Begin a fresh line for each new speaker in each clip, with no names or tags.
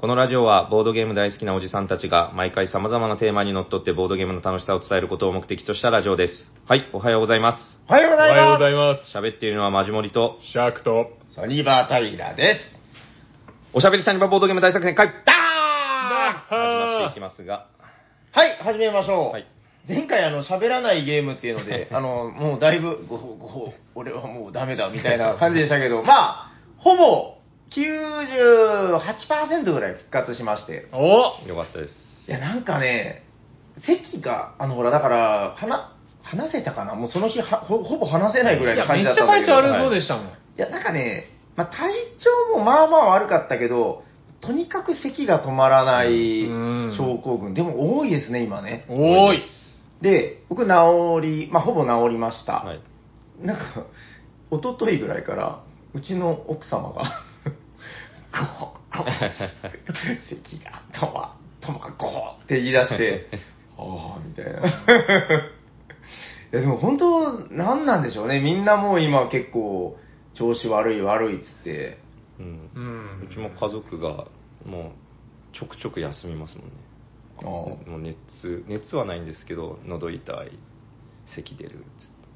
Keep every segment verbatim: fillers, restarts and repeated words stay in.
このラジオはボードゲーム大好きなおじさんたちが毎回様々なテーマにのっとってボードゲームの楽しさを伝えることを目的としたラジオです。はい、おはようございます。
おはようございます。おはようございま
喋っているのはマジモリと
す。シャークと
サニバータイラです。
おしゃべりサニバーボードゲーム大作戦会、
ダ
ー始まっていきますが。
はい、始めましょう。
はい、
前回あの、喋らないゲームっていうので、あの、もうだいぶ、ごほごほ、俺はもうダメだみたいな感じでしたけど、まあ、ほぼ、きゅうじゅうはちパーセントぐらい復活しまして。
お
よかったです。
いや、なんかね、席が、あの、ほら、だから、話、話せたかなもうその日はほ、ほぼ話せないぐらいの感じだったんだけど。
いや、めっちゃ体調悪そうでしたもん。
はい、いや、なんかね、まあ、体調もまあまあ悪かったけど、とにかく咳が止まらない症候群。でも多いですね、今ね。
多い。
で、僕治り、まあ、ほぼ治りました。
はい、なん
か、一昨日ぐらいから、うちの奥様が、ゴー、ゴー、咳が止ま、止ま、ゴーって言い出して、ああ、みたいな。いや、でも本当、なんなんでしょうね。みんなもう今結構、調子悪い悪いっつって。
うん。うん、うちも家族が、もう、ちょくちょく休みますもんね。あもう熱、熱はないんですけど、喉痛い、咳出るっつって。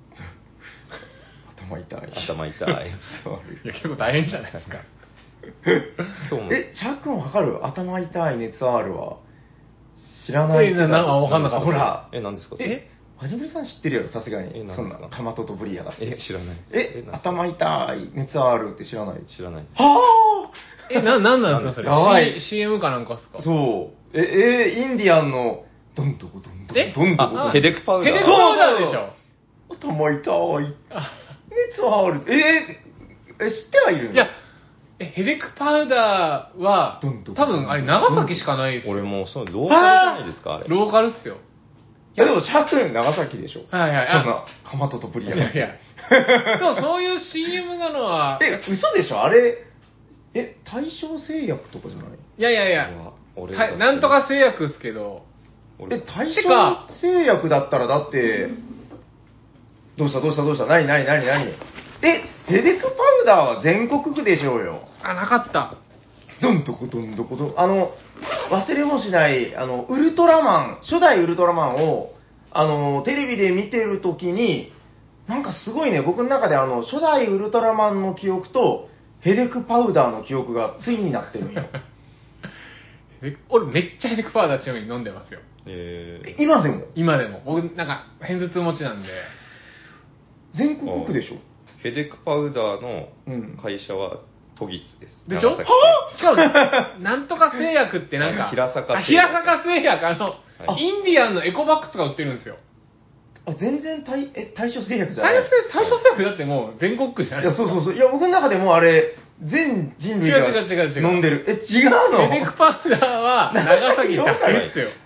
頭痛い。
頭痛い。いや、
結構大変じゃないですか。
今日もえ、シャークンわかる？頭痛い熱あるわ。知らない。
え、なんかわかんなかった。
ほら。
え、何ですか？
え、はじめさん知ってるやろ、さすがに。
え、
そんな、かまととブリアだって。
え、知らない
え、え頭痛い熱あるって知らない？
知らない。
は
ぁーえ、な、なんなんですかそれ？
やばい。
シーエム かなんかっすか？
そう。え、え、インディアンの、どんどこどんどこどんどこどんどこ。
ヘデックパウダー。
ヘデックパウダーでしょ。
頭痛い。熱ある。えー、え、知ってはいるの？
いや、え、ヘデックパウダーは、多分あれ長崎しかないですよ。
俺もう、そう、ローカルじゃないですか、あれ。
ローカルっすよ。
いやでも、シャークン長崎でしょ。
はいはい。
そんな、かまととブリア。
いやいや。でもそういう シーエム なのは。
え、嘘でしょあれ、え、大正製薬とかじゃない？
いやいやいや。たなんとか製薬っすけど。
え、大正製薬だったらだって、どうしたどうしたどうした何何何何え、ヘデックパウダーは全国区でしょうよ。
あ、なかった。
どんどこどんどこどん。あの、忘れもしない、あの、ウルトラマン、初代ウルトラマンを、あの、テレビで見てるときに、なんかすごいね、僕の中であの、初代ウルトラマンの記憶と、ヘデックパウダーの記憶がついになってるんよ。
俺めっちゃヘデックパウダーちなみに飲んでますよ。
えー、
今でも
今でも。僕、なんか、偏頭痛持ちなんで。
全国区でしょ？
ヘデックパウダーの会社は都議津です。
でしょ？はぁしかも、なんとか製薬ってなんか、
平坂
製薬。平坂製薬、あの、はい、インディアンのエコバッグとか売ってるんですよ。
あ、全然大、え、大正製薬じゃない？
大正製薬だってもう全国区じゃない
ですか。いや、そうそうそう。いや、僕の中でもうあれ、全人類が飲んでる。え、違うの？
ヘデックパウダーは長崎だけですよ。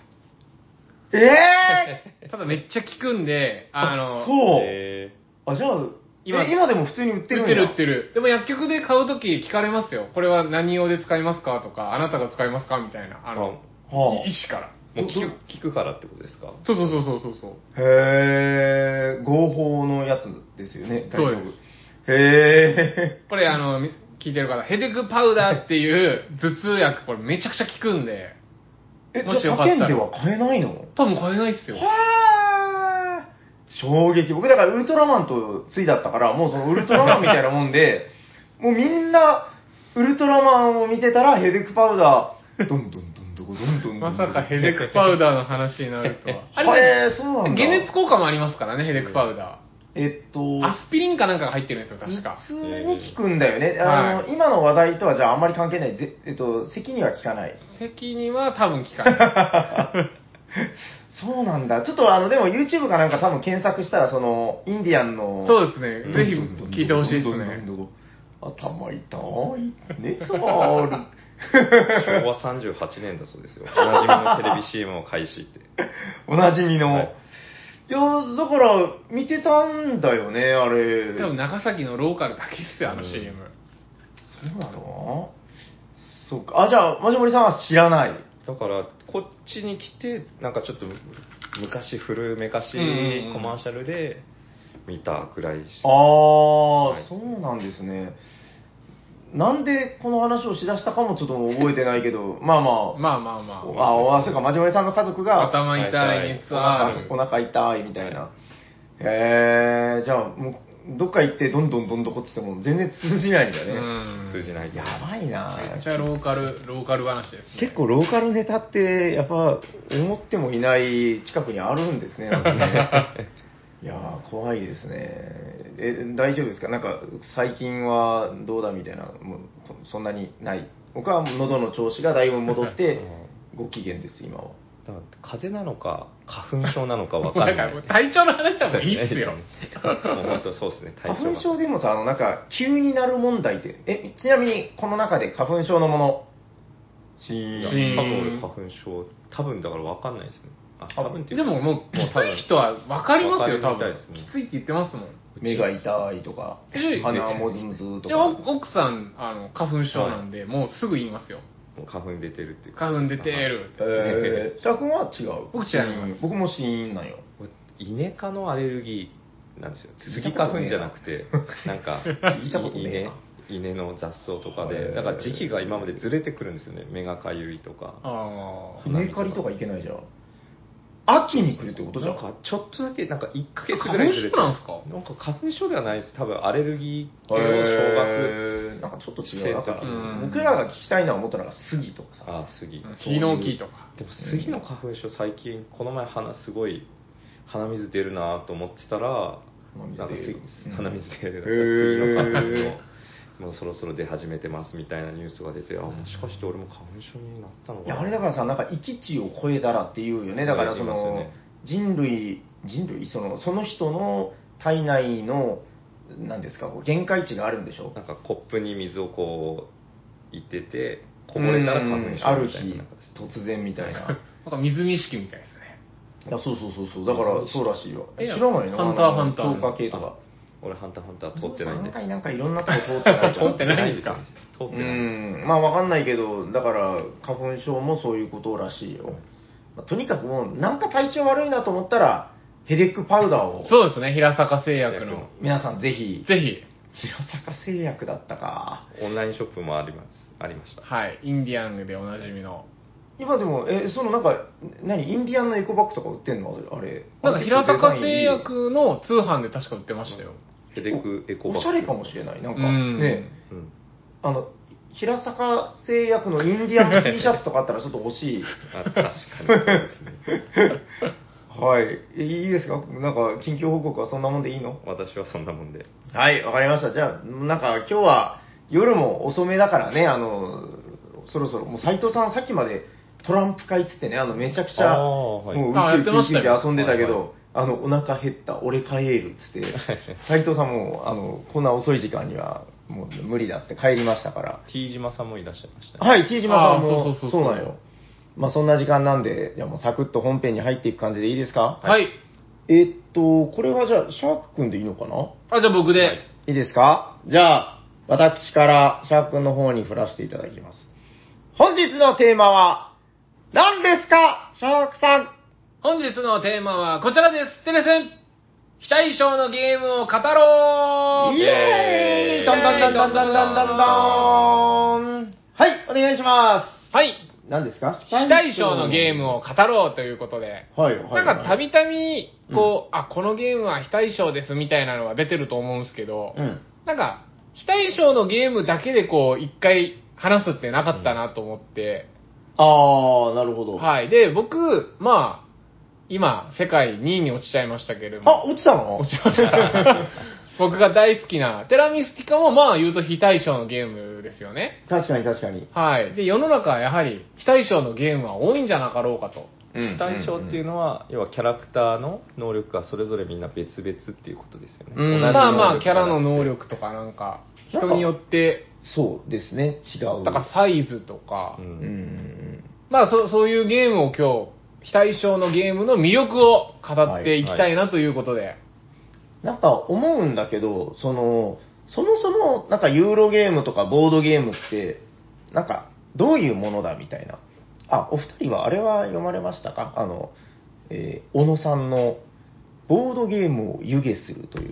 え
ー、ただめっちゃ効くんで、あの、
そう。えー、あ、じゃあ、今今でも普通に売ってるんだ。
売ってる売ってる。でも薬局で買うとき聞かれますよ。これは何用で使いますかとか、あなたが使いますかみたいな。あの、はあ、医師から。
もう聞く、聞くからってことですか？
そうそうそうそうそう。
へー、合法のやつですよね。
そうです。
へ
ー。これあの、聞いてる方、ヘデックパウダーっていう頭痛薬、これめちゃくちゃ効くんで。
え、もしよかったら。他県では買えないの？
多分買えないっすよ。
はー。衝撃。僕だからウルトラマンとついだったから、もうそのウルトラマンみたいなもんで、もうみんな、ウルトラマンを見てたらヘデックパウダー、どんどんどんどんどんどんどん。
まさかヘデックパウダーの話になるとは。
あれ、えー、そうなんだ。
解熱効果もありますからね、ヘデックパウダー。
えっと、
アスピリンかなんかが入ってるんですよ、確か。
普通に効くんだよね。あの、はい、今の話題とはじゃああんまり関係ない。ぜえっと、咳には効かない。
咳には多分効かない。
そうなんだ。ちょっとあの、でも YouTube かなんか多分検索したら、その、インディアンの。
そうですね。ぜひ聞いてほしいですね。
頭痛い。熱がある。
しょうわさんじゅうはちねんだそうですよ。おなじみのテレビ シーエム を開始って。
おなじみの。はい、いや、だから、見てたんだよね、あれ。
多分長崎のローカルだけですよ、あの シーエム。
そうなの？そうか。あ、じゃあ、マジモリさんは知らない。
だから、こっちに来て、なんかちょっと、昔、古めかしいコマーシャルで見たくらいし。
ああ、はい、そうなんですね。 なんでこの話をしだしたかもちょっと覚えてないけど、まあまあ。
まあまあまあ。
ああ、そうか、まじもりさんの家族が、
頭痛い、熱ある。
お腹痛いみたいな。へえ、じゃあ、もう、どっか行ってどんどんどんどこっつっても全然通じないんだね。
うん
通じない。
やばいな
めっちゃローカル、ローカル話ですね。
結構ローカルネタって、やっぱ、思ってもいない近くにあるんですね、なんかね。いやー、怖いですね。え、大丈夫ですか？なんか、最近はどうだみたいな、もうそんなにない。僕は喉の調子がだいぶ戻って、ご機嫌です、今は。
だから風邪なのか花粉症なのかわかんない。
なんか体調の話はもういいっすよ。
もう本当そうですね。体調
花粉症でもさ、あの、なんか、急になる問題って、え、ちなみにこの中で花粉症のもの、
シーン。多分俺花粉症、多分だからわかんないですね。あ、多分っていう
でももう、きつい人は分かりますよ、多分。
ね、
きついって言ってますもん。
目が痛いとか、鼻もずむずとか。
奥さん、あの、花粉症なんで、もうすぐ言いますよ。
花粉出てるっていう
花粉出てるって。
えー、シャー君は違う。
僕違います。
僕も死因なんよ。
イネ科のアレルギーなんですよ。スギ花粉じゃなくて、なんか、
聞いたことねえな。
稲の雑草とかで、だから時期が今までずれてくるんですよね。目がかゆいとか。
あ
あ。稲刈りとかいけないじゃん。秋に来るってことじゃん。
なんかちょっとだけ、なんかいっかげつぐらいずれてる。
花粉症なんですか？
なんか花粉症ではないです。多分アレルギー系を小学、
なんかちょっと違う。なんか
うん
僕らが聞きたいのはもっとなんか杉とかさ。
ああ、杉。
ヒノキとか。
でも杉の花粉症最近、この前鼻すごい、鼻水出るなと思ってたら、なんか鼻水出る。杉の花粉の。もうそろそろ出始めてますみたいなニュースが出て、あ、もしかして俺も花粉症になったのかな。
いや、あれだからさ、なんか域値を超えたらっていうよね。だからその、ね、人類、人類、その、その人の体内の、なんですか、限界値があるんでしょ。
なんかコップに水をこう、入れて、こぼれたら花粉症みたいな。
ある日、突然みたいな。
なんか水見式みたいですね。
いや、そうそうそうそう。だからそうらしいよ。知らないの？
ハンターハンター。
強化系とか。
俺ハンターハンター通ってないんで。
さんかいなんかいろんなとこ通ってない
通ってないですか？
通ってない。うん。
まあわかんないけど、だから花粉症もそういうことらしいよ。まあ、とにかくもうなんか体調悪いなと思ったら、ヘデックパウダーを。
そうですね、平坂製薬の。
皆さんぜひ。
ぜひ。
平坂製薬だったか。
オンラインショップもあります。ありました。
はい。インディアンでおなじみの。
今でも、え、そのなんか、何、インディアンのエコバッグとか売ってんのあれ。
なんか平坂製薬の通販で確か売ってましたよ。
ヘデックエコバッグ。
おしゃれかもしれない。なんか、ね、うん、あの、平坂製薬のインディアンの T シャツとかあったらちょっと欲しい。
あ、確かにそうですね。
はい。いいですか？なんか、近況報告はそんなもんでいいの？
私はそんなもんで。
はい、わかりました。じゃあ、なんか今日は夜も遅めだからね、あの、そろそろ、もう斉藤さんさっきまでトランプ会っつってね、あの、めちゃくちゃ、
はい、
もう宇宙中心で遊んでたけど、はいはい、あの、お腹減った、俺帰るっつって、斉藤さんも、あの、こんな遅い時間には、もう無理だっつって帰りましたから。
T 島さんもいらっしゃいました
ね。はい、T 島さんも、
そうそうそう
そうなんよ。まあそんな時間なんで、じゃあもうサクッと本編に入っていく感じでいいですか？
はい。
えー、っと、これはじゃあ、シャーク君でいいのかな？
あ、じゃあ僕で。はい、
いいですか？じゃあ、私からシャーク君の方に振らせていただきます。本日のテーマは、何ですか？シャークさん。
本日のテーマはこちらです。テレセン。非対称のゲームを語ろう。
イエーイ。どんどんどんどんどんどんどんどん。はい、お願いします。
はい。
何ですか？
非対称のゲームを語ろうということで。
はい、はい。
なんかたびたび、こう、うん、あ、このゲームは非対称ですみたいなのが出てると思うんですけど、うん、なんか、非対称のゲームだけでこう、一回話すってなかったなと思って。
うん、あー、なるほど。
はい。で、僕、まあ、今、世界にいに落ちちゃいましたけれども。
あ、落ちたの？
落ちました。僕が大好きな、テラミスティカもまあ言うと非対称のゲームですよね。
確かに確かに。
はい。で、世の中はやはり非対称のゲームは多いんじゃなかろうかと。
非対称っていうのは、要はキャラクターの能力がそれぞれみんな別々っていうことですよね。
うん、まあまあ、キャラの能力とかなんか、人によって、
そうですね、違う。
だからサイズとか、
うん、
まあそ、そういうゲームを今日、非対称のゲームの魅力を語っていきたいなということで。はいはい、
なんか思うんだけど、その、そもそもなんかユーロゲームとかボードゲームって、なんかどういうものだみたいな。あ、お二人はあれは読まれましたか？あの、えー、小野さんのボードゲームを湯気するという。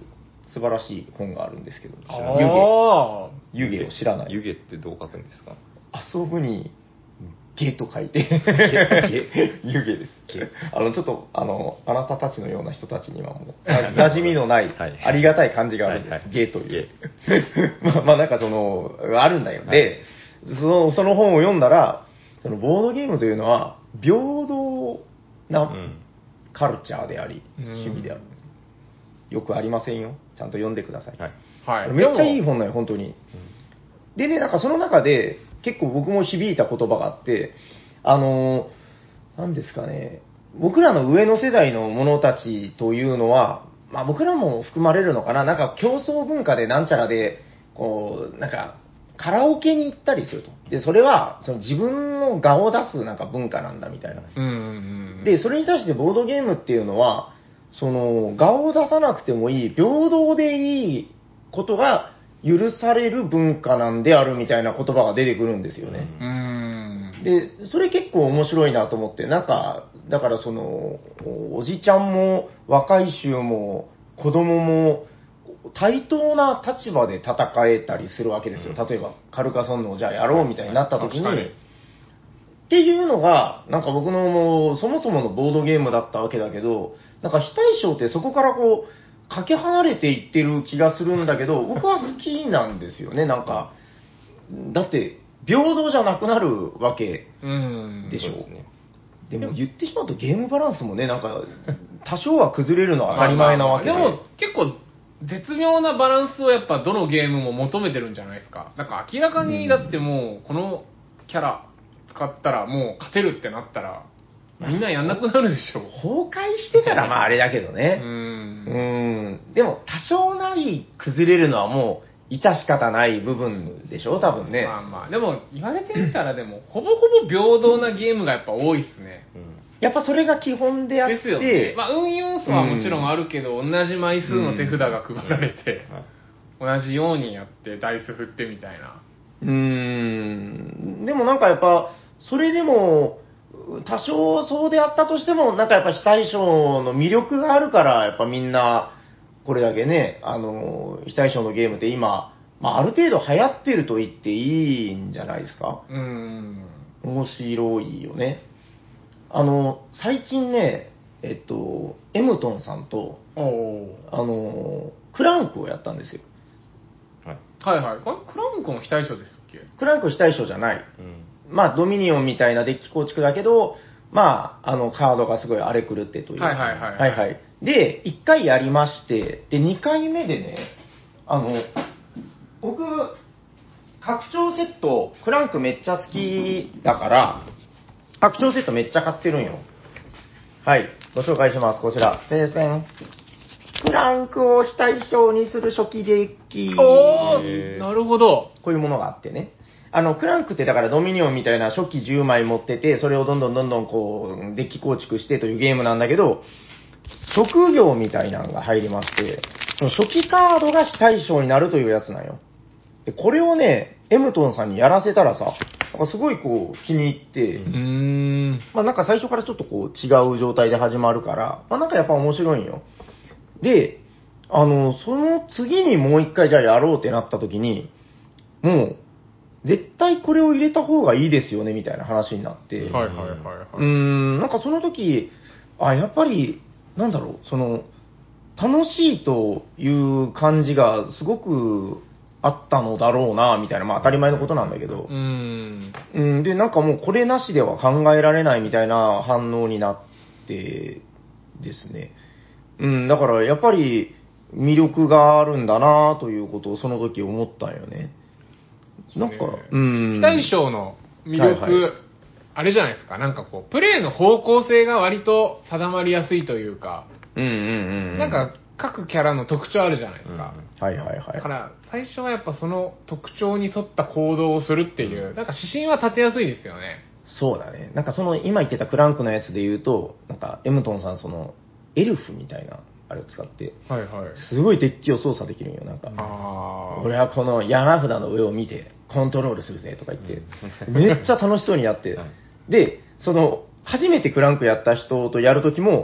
素晴らしい本があるんですけど、
あ
湯気。湯気を知らない。
湯気ってどう書くんですか？
遊ぶに、ゲと書いて、湯気です。あの、ちょっと、あの、あなたたちのような人たちにはもう、馴染みのない、ありがたい漢字があるんです。はいはい、ゲという。まあ、まあ、なんかその、あるんだよ。はい、で、その、その本を読んだら、そのボードゲームというのは、平等なカルチャーであり、うん、趣味である。よくありませんよ。ちゃんと読んでください。はい、めっちゃいい本だよ、本当に。うん、でね、なんかその中で、結構僕も響いた言葉があって、あの、何ですかね、僕らの上の世代の者たちというのは、まあ僕らも含まれるのかな、なんか競争文化でなんちゃらで、こう、なんか、カラオケに行ったりすると。で、それは、その自分の我を出すなんか文化なんだみたいな。
うんうんうん、
で、それに対してボードゲームっていうのは、その、我を出さなくてもいい、平等でいいことが、許される文化なんであるみたいな言葉が出てくるんですよね。
うーん
で、それ結構面白いなと思って、なんか、だからその、おじちゃんも若い衆も子供も対等な立場で戦えたりするわけですよ。例えば、カルカソンヌをじゃあやろうみたいになった時に、っていうのが、なんか僕のもう、そもそものボードゲームだったわけだけど、なんか非対称ってそこからこう、かけ離れていってる気がするんだけど、僕は好きなんですよね、なんか。だって、平等じゃなくなるわけでしょ。うんでね、でも言ってしまうとゲームバランスもね、なんか、多少は崩れるのは当たり前なわけで。
まあまあまあでも結構、絶妙なバランスをやっぱどのゲームも求めてるんじゃないですか。なんか明らかにだってもう、このキャラ使ったらもう勝てるってなったら、みんなやんなくなるでしょ。
崩壊してたらまああれだけどね。
うーん。
うん。でも多少なり崩れるのはもう致し方ない部分でしょ、多分ね。
まあまあ、でも言われてみたらでも、ほぼほぼ平等なゲームがやっぱ多いっすね。
うん、やっぱそれが基本であって。
ですよね。まあ運要素はもちろんあるけど、うん、同じ枚数の手札が配られて、うん、同じようにやってダイス振ってみたいな。
うーん。でもなんかやっぱ、それでも、多少そうであったとしても、なんかやっぱ非対称の魅力があるから、やっぱみんな、これだけね、あの、非対称のゲームって今、まあある程度流行ってると言っていいんじゃないですか。
うーん。
面白いよね。あの、最近ね、えっと、エムトンさんと、あの、クランクをやったんですよ。
はいはいはい。これクランクも非対称ですっけ？
クランク非対称じゃない。うんまあ、ドミニオンみたいなデッキ構築だけど、まあ、あの、カードがすごい荒れ狂ってという。
はいはいはい。
はいはい。で、いっかいやりまして、で、にかいめでね、あの、僕、拡張セット、クランクめっちゃ好きだから、拡張セットめっちゃ買ってるんよ。はい、ご紹介します。こちら。ペーセン。クランクを非対称にする初期デッキ。
おー、なるほど。
こういうものがあってね。あの、クランクってだからドミニオンみたいな初期じゅうまい持ってて、それをどんどんどんどんこう、デッキ構築してというゲームなんだけど、職業みたいなのが入りまして、その初期カードが非対称になるというやつなんよ。で、これをね、エムトンさんにやらせたらさ、なんかすごいこう気に入って、
うーん
まあなんか最初からちょっとこう違う状態で始まるから、まあなんかやっぱ面白いんよ。で、あの、その次にもう一回じゃあやろうってなった時に、もう、絶対これを入れた方がいいですよねみたいな話になって、
はいはいはいはい。
うーん、なんかその時、あ、やっぱり、なんだろう、その、楽しいという感じがすごくあったのだろうな、みたいな、まあ当たり前のことなんだけど、
うーん。
うん、で、なんかもうこれなしでは考えられないみたいな反応になってですね、うん、だからやっぱり魅力があるんだなということをその時思ったんよね。なんか、うん。
非対称の魅力、はいはい、あれじゃないですか、なんかこう、プレイの方向性が割と定まりやすいというか、
うんうんうん、うん。
なんか各キャラの特徴あるじゃないですか。
うん、はいはいはい。
だから最初はやっぱその特徴に沿った行動をするっていう、うん、なんか指針は立てやすいですよね。
そうだね。なんかその今言ってたクランクのやつで言うと、なんかエムトンさんそのエルフみたいなあれを使って、
はいはい、
すごいデッキを操作できるんよ。なんか、
あ
俺はこの山札の上を見てコントロールするぜとか言って、うん、めっちゃ楽しそうにやって、はい、で、その初めてクランクやった人とやるときも、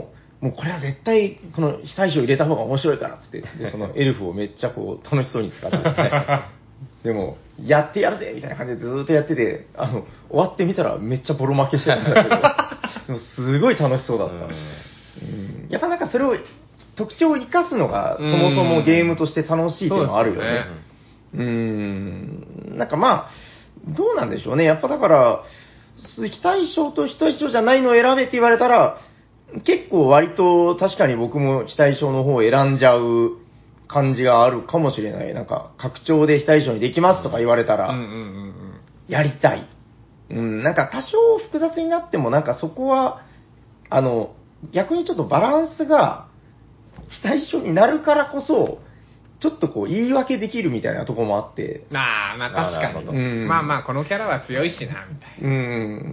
もうこれは絶対、この非対称入れた方が面白いからっつって、で、そのエルフをめっちゃこう、楽しそうに使ってて、でも、やってやるぜみたいな感じでずーっとやってて、あの、終わってみたらめっちゃボロ負けしてたんだけど、でもすごい楽しそうだった。うん、やっぱなんかそれを、特徴を生かすのが、そもそもゲームとして楽しいっていうのはあるよね。うーん、なんかまあ、どうなんでしょうね。やっぱだから、非対称と非対称じゃないのを選べって言われたら、結構割と確かに僕も非対称の方を選んじゃう感じがあるかもしれない。なんか、拡張で非対称にできますとか言われたら、やりたい。うん、なんか多少複雑になっても、なんかそこは、あの、逆にちょっとバランスが非対称になるからこそ、ちょっとこう言い訳できるみたいなところもあって。
まあまあ確かに。うん、まあまあこのキャラは強いしな、みたいな。
うん。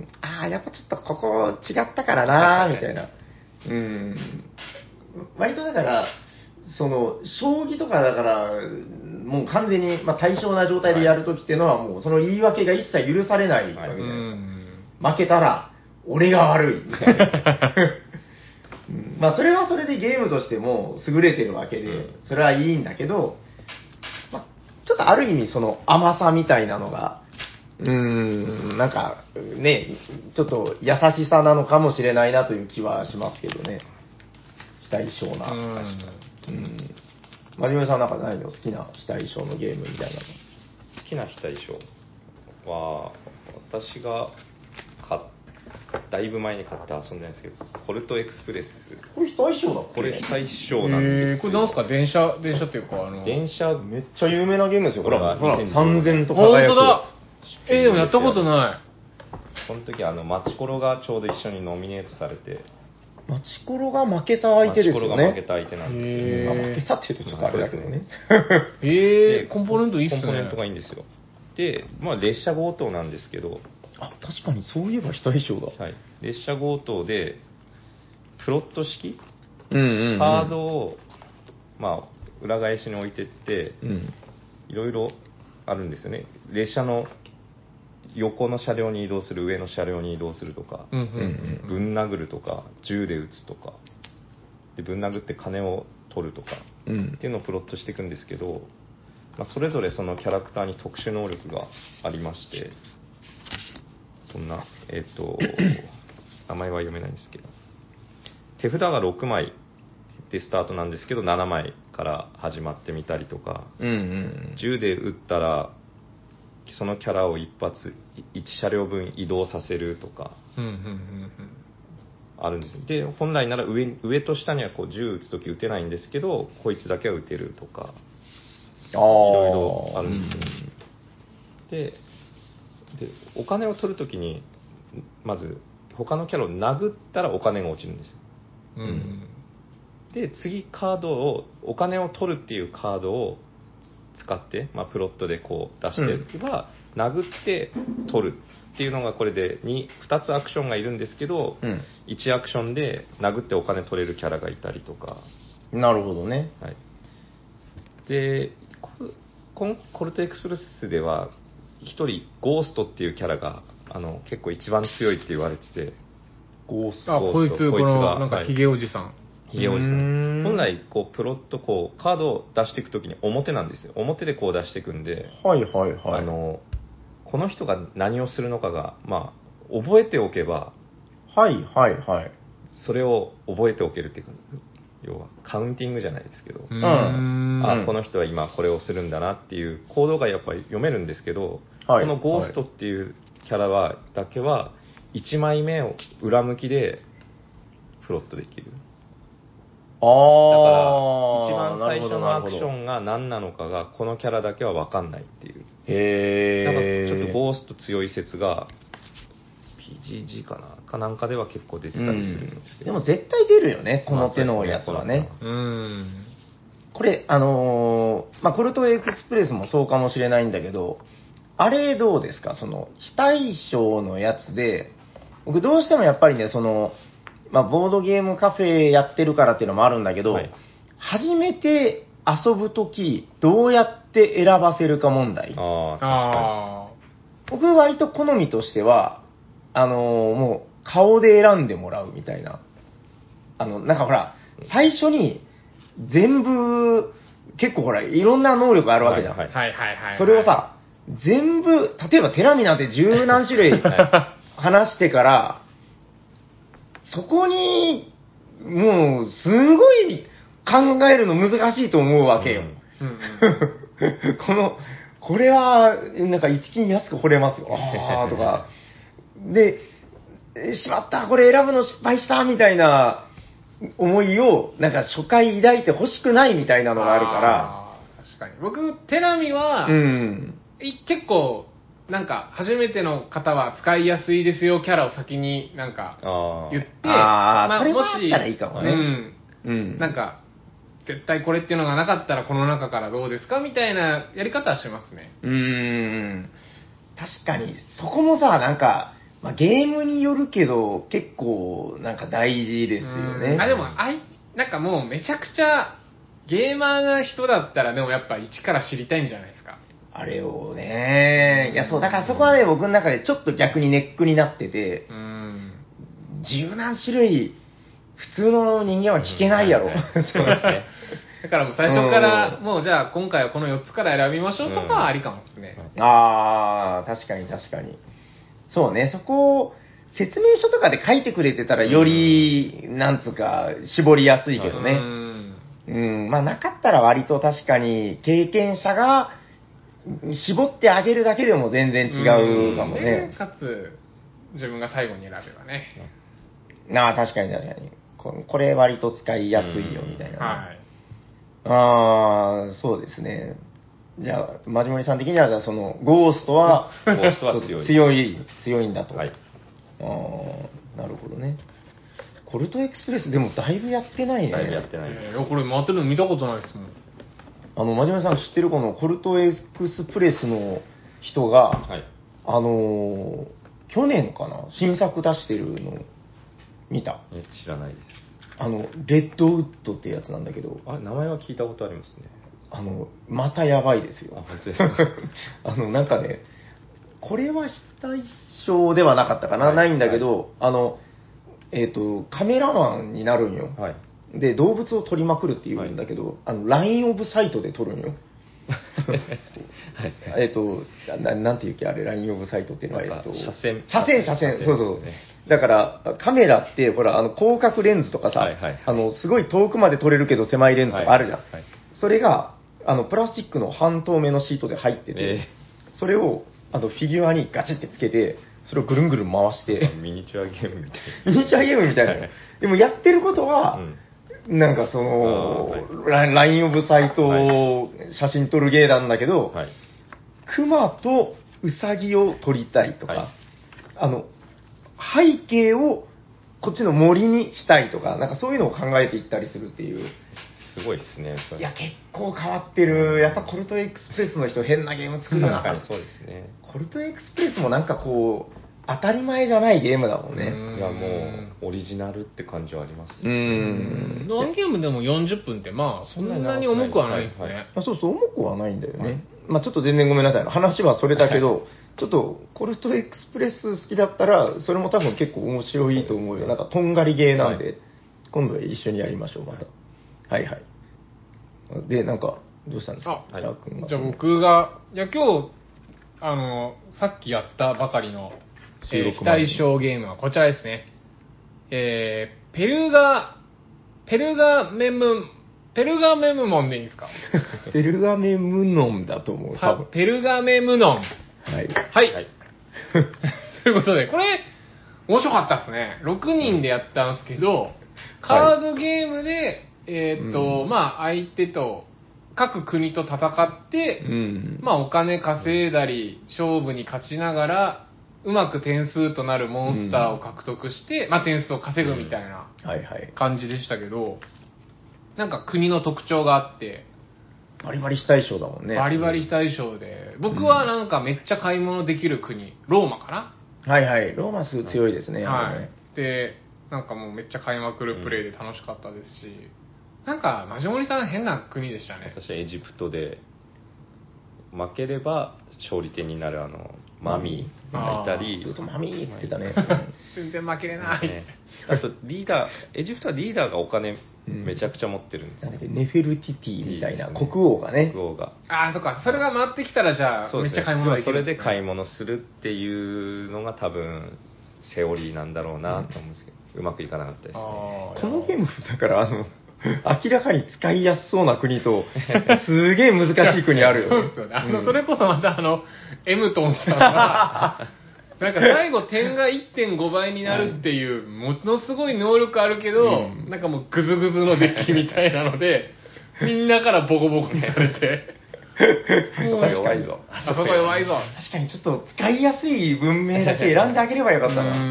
ああ、やっぱちょっとここ違ったからな、みたいな。うん。割とだから、その、将棋とかだから、もう完全に、まあ、対称な状態でやるときっていうのは、もうその言い訳が一切許されないわけじゃないですか。負けたら、俺が悪い、みたいな。まあ、それはそれでゲームとしても優れてるわけで、それはいいんだけど、まあ、ちょっとある意味その甘さみたいなのが、うーん、なんかね、ちょっと優しさなのかもしれないなという気はしますけどね。非対称な。確かに。うん。真面目さんなんかないの好きな非対称のゲームみたいなの。
好きな非対称は、私が買っだいぶ前に買って遊んでないんですけど、ポルトエクスプレス。
これ非対称だっけ？
これ非対称なんですよ。
これなんすか電車、電車っていうか、あの。
電車、
めっちゃ有名なゲームですよ。
これは
ほら、さんぜんと輝く。
本当だ。えー、でもやったことない。
この時、あの、マチコロがちょうど一緒にノミネートされて。
マチコロが負けた相手ですよね。
マチコロが負けた相手なんですよ。
負けたっていうとちょっとあれだけどね。
えー、コンポーネントいいっすね。
コンポーネントがいいんですよ。で、まあ、列車強盗なんですけど、
あ、確かにそういえば非対称だ。
はい。列車強盗で、プロット式、
うんうんうん、
カードを、まあ、裏返しに置いてって、いろいろあるんですよね。列車の横の車両に移動する、上の車両に移動するとか、
うんうんうん、
ぶん殴るとか、銃で撃つとか、でぶん殴って金を取るとか、うん、っていうのをプロットしていくんですけど、まあ、それぞれそのキャラクターに特殊能力がありまして、そんな、えっと、名前は読めないんですけど、手札がろくまいでスタートなんですけど、ななまいから始まってみたりとか、
うんうんうん、
銃で撃ったら、そのキャラを一発、いち車両分移動させるとか、あるんです。で、本来なら 上, 上と下にはこう銃撃つとき撃てないんですけど、こいつだけは撃てるとか、いろいろあるんですよ、ね。で、で、お金を取るときに、まず、他のキャラを殴ったらお金が落ちるんですよ。うん、で、次カードを、お金を取るっていうカードを使って、まあ、プロットでこう出していけば、うん、殴って取るっていうのがこれで 2, 2つアクションがいるんですけど、うん、いちアクションで殴ってお金取れるキャラがいたりとか。
なるほどね。
はい。で、このコルトエクスプレスでは、一人ゴーストっていうキャラがあの結構一番強いって言われてて、
ゴースト、あ、こいつ、このなんかヒゲおじさん、
ヒゲおじさん、本来こうプロットこうカードを出していくときに表なんですよ。表でこう出していくんで、
はいはいはい、
あのこの人が何をするのかがまあ覚えておけば、
はいはいはい、
それを覚えておけるっていうか、要はカウンティングじゃないですけど、
うん、
あ、この人は今これをするんだなっていう行動がやっぱり読めるんですけど、はい、このゴーストっていうキャラはだけはいちまいめを裏向きでプロットできる。
あ
だから一番最初のアクションが何なのかがこのキャラだけは分かんないっていう。
へ
ー。なんかちょっとゴースト強い説が ピージージー かなかなんかでは結構出てたりするんですけど、
うん、でも絶対出るよね、この手のやつはね。
うん。
これ、あのー、まあ、コルトエクスプレスもそうかもしれないんだけど、あれどうですか、その、非対称のやつで、僕どうしてもやっぱりね、その、まあ、ボードゲームカフェやってるからっていうのもあるんだけど、はい、初めて遊ぶとき、どうやって選ばせるか問題。
ああ、
僕割と好みとしては、あのー、もう顔で選んでもらうみたいな。 あの、なんかほら、最初に全部、結構ほら、いろんな能力あるわけじゃん。
はい
はいはいはい。
それをさ、全部、例えばテラミなんて十何種類話してから、そこに、もう、すごい考えるの難しいと思うわけよ。
うんうん、
この、これは、なんか一金安く掘れますよ。あーとか。で、しまった、これ選ぶの失敗したみたいな思いを、なんか初回抱いて欲しくないみたいなのがあるから。
あ確かに。僕、テラミは、
うん。
結構、なんか、初めての方は使いやすいですよキャラを先になんか言って、
あー、
まあ、
それも
もし、
あったらいいかもね。
うん。
うん。
なんか、絶対これっていうのがなかったらこの中からどうですかみたいなやり方はしますね。
うーん。確かに、そこもさ、なんか、まあ、ゲームによるけど、結構、なんか大事ですよね。
あ、でも、あい、なんかもうめちゃくちゃゲーマーな人だったら、でもやっぱ一から知りたいんじゃないですか。
あれをね、いや、そう、だからそこはね、僕の中でちょっと逆にネックになってて、
うん。
十何種類、普通の人間は聞けないやろ。
そうですね。
だからもう最初から、もうじゃあ今回はこのよっつから選びましょうとかはありかもですね。
あー、確かに確かに。そうね、そこを説明書とかで書いてくれてたらより、なんつうか、絞りやすいけどね。
うん。
うん、まあなかったら割と確かに経験者が絞ってあげるだけでも全然違うかもね。
うん、かつ、自分が最後に選べばね。
なあ、確かに確かに。ここれ割と使いやすいよみたいな、ね。
はい。
ああ、そうですね。じゃあ、マジモリさん的には、じゃあその、ゴーストは、
ゴーストは強い。
強い、強いんだと。
はい。
ああ、なるほどね。コルトエクスプレスでもだいぶやってないね。
だいぶやってないです。
えー、これ回ってるの見たことないですもん。
あの、真面目さん知ってるこのコルトエクスプレスの人が、
はい、
あのー、去年かな、新作出してるの見た？
え、知らないです。
あの、レッドウッドってやつなんだけど。
あ、名前は聞いたことありますね。
あの、またやばいですよ。
あ、本当ですか。
あの、なんかね、これは非対称ではなかったかな、
はい、
ないんだけど、はい、あの、えっ、ー、と、カメラマンになるんよ。
はい。
で、動物を撮りまくるっていうんだけど、はい、あの、ラインオブサイトで撮るんよ。はい、えっとな、なんていうっけ、あれ、ラインオブサイトっていうのは、えっと、
車線。
車線、車線、そうそう。だから、カメラって、ほら、あの、広角レンズとかさ、はいはい、あの、すごい遠くまで撮れるけど狭いレンズとかあるじゃん。はいはい、それが、あの、プラスチックの半透明のシートで入ってて、えー、それを、あの、フィギュアにガチってつけて、それをぐるんぐるん回して。
ミニチュアゲームみたい
な。ミニチュアゲームみたいな。でもやってることは、うん、なんかその、はい、ラインオブサイトを写真撮るゲーなんだけど、はい、クマとウサギを撮りたいとか、はい、あの、背景をこっちの森にしたいとか、なんかそういうのを考えていったりするっていう。
すごいっすね。
いや、結構変わってる。やっぱコルトエクスプレスの人変なゲーム作るな。
確かにそうですね。
コルトエクスプレスもなんかこう、当たり前じゃないゲームだもんね。
いや、もう、オリジナルって感じはあります。
うーん。
ワンゲームでもよんじゅっぷんってまあ、そんなに重くはないですね。はいはい、
あそうそう、重くはないんだよね。はい、まあちょっと全然ごめんなさい。話はそれだけど、ちょっとコルトエクスプレス好きだったら、それも多分結構面白いと思うよ。うね、なんかとんがりゲーなんで、はい、今度一緒にやりましょう、また。はいはい。で、なんか、どうしたんですか？
あ、はい、じゃあ僕が、いや今日、あの、さっきやったばかりの、えー、非対称ゲームはこちらですね。えー、ペルガ、ペルガメム、ペルガメムモンでいいですか？
ペルガメムノンだと思う。多分
ペルガメムノン。はい。はい。はい、ということで、これ、面白かったですね。ろくにんでやったんですけど、カードゲームで、えーっと、うん、まあ、相手と、各国と戦って、うん、まあ、お金稼いだり、勝負に勝ちながら、うまく点数となるモンスターを獲得して、うん、まあ、点数を稼ぐみたいな感じでしたけど、なんか国の特徴があって、
バリバリ非対称だもんね。
バリバリ非対称で、僕はなんかめっちゃ買い物できる国、ローマかな？
はいはい、ローマす強いですね。
はい。ね、で、なんかもうめっちゃ買いまくるプレイで楽しかったですし、うん、なんか、マジモリさん変な国でしたね。
私はエジプトで、負ければ勝利点になるあの、 マミーがいたり、
ずっとマミーって言ってたね。
全然負けれない。
ね、あとリーダー、エジプトはリーダーがお金めちゃくちゃ持ってるんですよ、
うん、ネフェルティティみたいな国王がね。
国王が。
ああ、そっか、それが回ってきたらじゃあ、
そうですね、
めっちゃ買い物できる、
それで買い物するっていうのが多分、セオリーなんだろうなと思うんですけど、うまくいかなかったですね。
このゲーム、だからあの、明らかに使いやすそうな国と、すげえ難しい国あるよね。
そうですよね。あの、うん、それこそまたあの、エムトンさんが、なんか最後点が いってんご 倍になるっていう、ものすごい能力あるけど、うん、なんかもうグズグズのデッキみたいなので、みんなからボコボコにされて、
あそこ弱いぞ。
あそこ弱いぞ。
確かにちょっと使いやすい文明だけ選んであげればよかったな。
うん。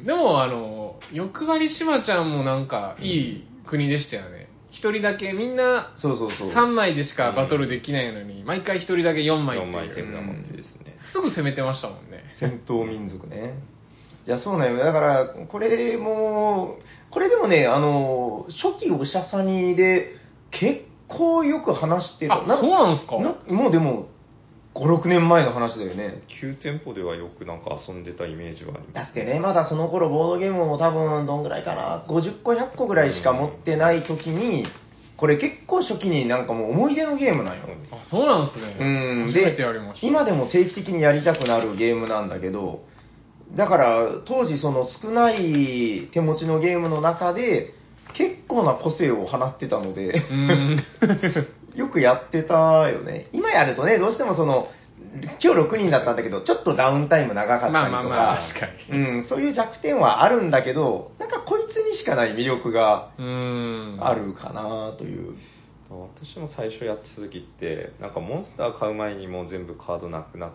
でもあの、欲張りしまちゃんもなんかいい国でしたよね。一人だけみんなさんまいでしかバトルできないのに、毎回一人だけよんまいっていう。
よんまい手札持ってですね。
すぐ攻めてましたもんね。
戦闘民族ね。いや、そうなんよ。だから、これも、これでもね、あの、初期おしゃさにで結構よく話してた。
あ、そうなんですか？
なもうでも、ご、ろくねんまえの話だよね。
旧店舗ではよくなんか遊んでたイメージはあります、ね。
だってね、まだその頃ボードゲームも多分どんぐらいかな、ごじゅっこひゃっこぐらいしか持ってない時に、これ結構初期になんかもう思い出のゲームなんよ。
あ、そうなんですね。
うん。
初めてやりました。
今でも定期的にやりたくなるゲームなんだけど、だから当時その少ない手持ちのゲームの中で結構な個性を放ってたので、うんよくやってたよね。今やるとね、どうしてもその、今日ろくにんだったんだけど、ちょっとダウンタイム長かったりとか、
まあまあまあ確かに、
うん、そういう弱点はあるんだけど、なんかこいつにしかない魅力があるかなという。
私も最初やってた時って、なんかモンスター買う前にもう全部カードなくなって、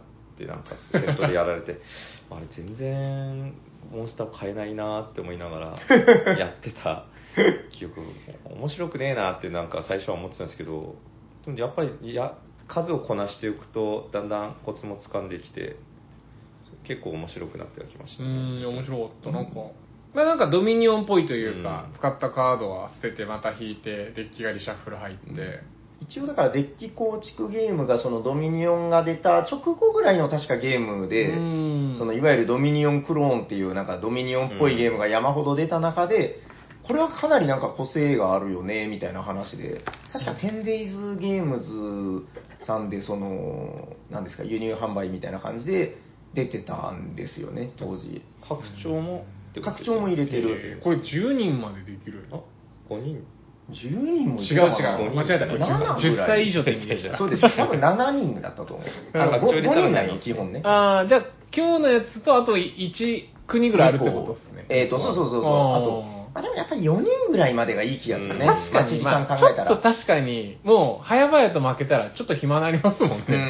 なんかセットでやられて、あれ全然モンスター買えないなって思いながらやってた記憶、面白くねえなってなんか最初は思ってたんですけど、でもやっぱりや数をこなしていくとだんだんコツも掴んできて結構面白くなってはきました、ね、
うん面白かった。なんか、まあ、なんかドミニオンっぽいというか、うん、使ったカードは捨ててまた引いてデッキがリシャッフル入って、うん、
一応だからデッキ構築ゲームがそのドミニオンが出た直後ぐらいの確かゲームで、うん、そのいわゆるドミニオンクローンっていうなんかドミニオンっぽいゲームが山ほど出た中で、これはかなりなんか個性があるよねみたいな話で、確か テンデイズ ゲームズさんでその何ですか輸入販売みたいな感じで出てたんですよね当時。
拡張も
拡張も入れてる。
これじゅうにんまでできる。
あ、ごにん。
じゅうにんもい
る。違う違う、間違えた。これじゅっさい以上でいいんでした。
そうです。多分しちにんだったと思う。あの ご, ごにんないの基本ね。
ああ、じゃあ今日のやつとあといち国ぐらいあるってことですね。
えっ、ー、とそうそうそうそう。あと。まあ、でもやっぱりよにんぐらいまでがいい気がするね。
確かに、
時間考えたら、
まあ、ちょっと確かに、もう、早々と負けたら、ちょっと暇になりますもんね。
うん、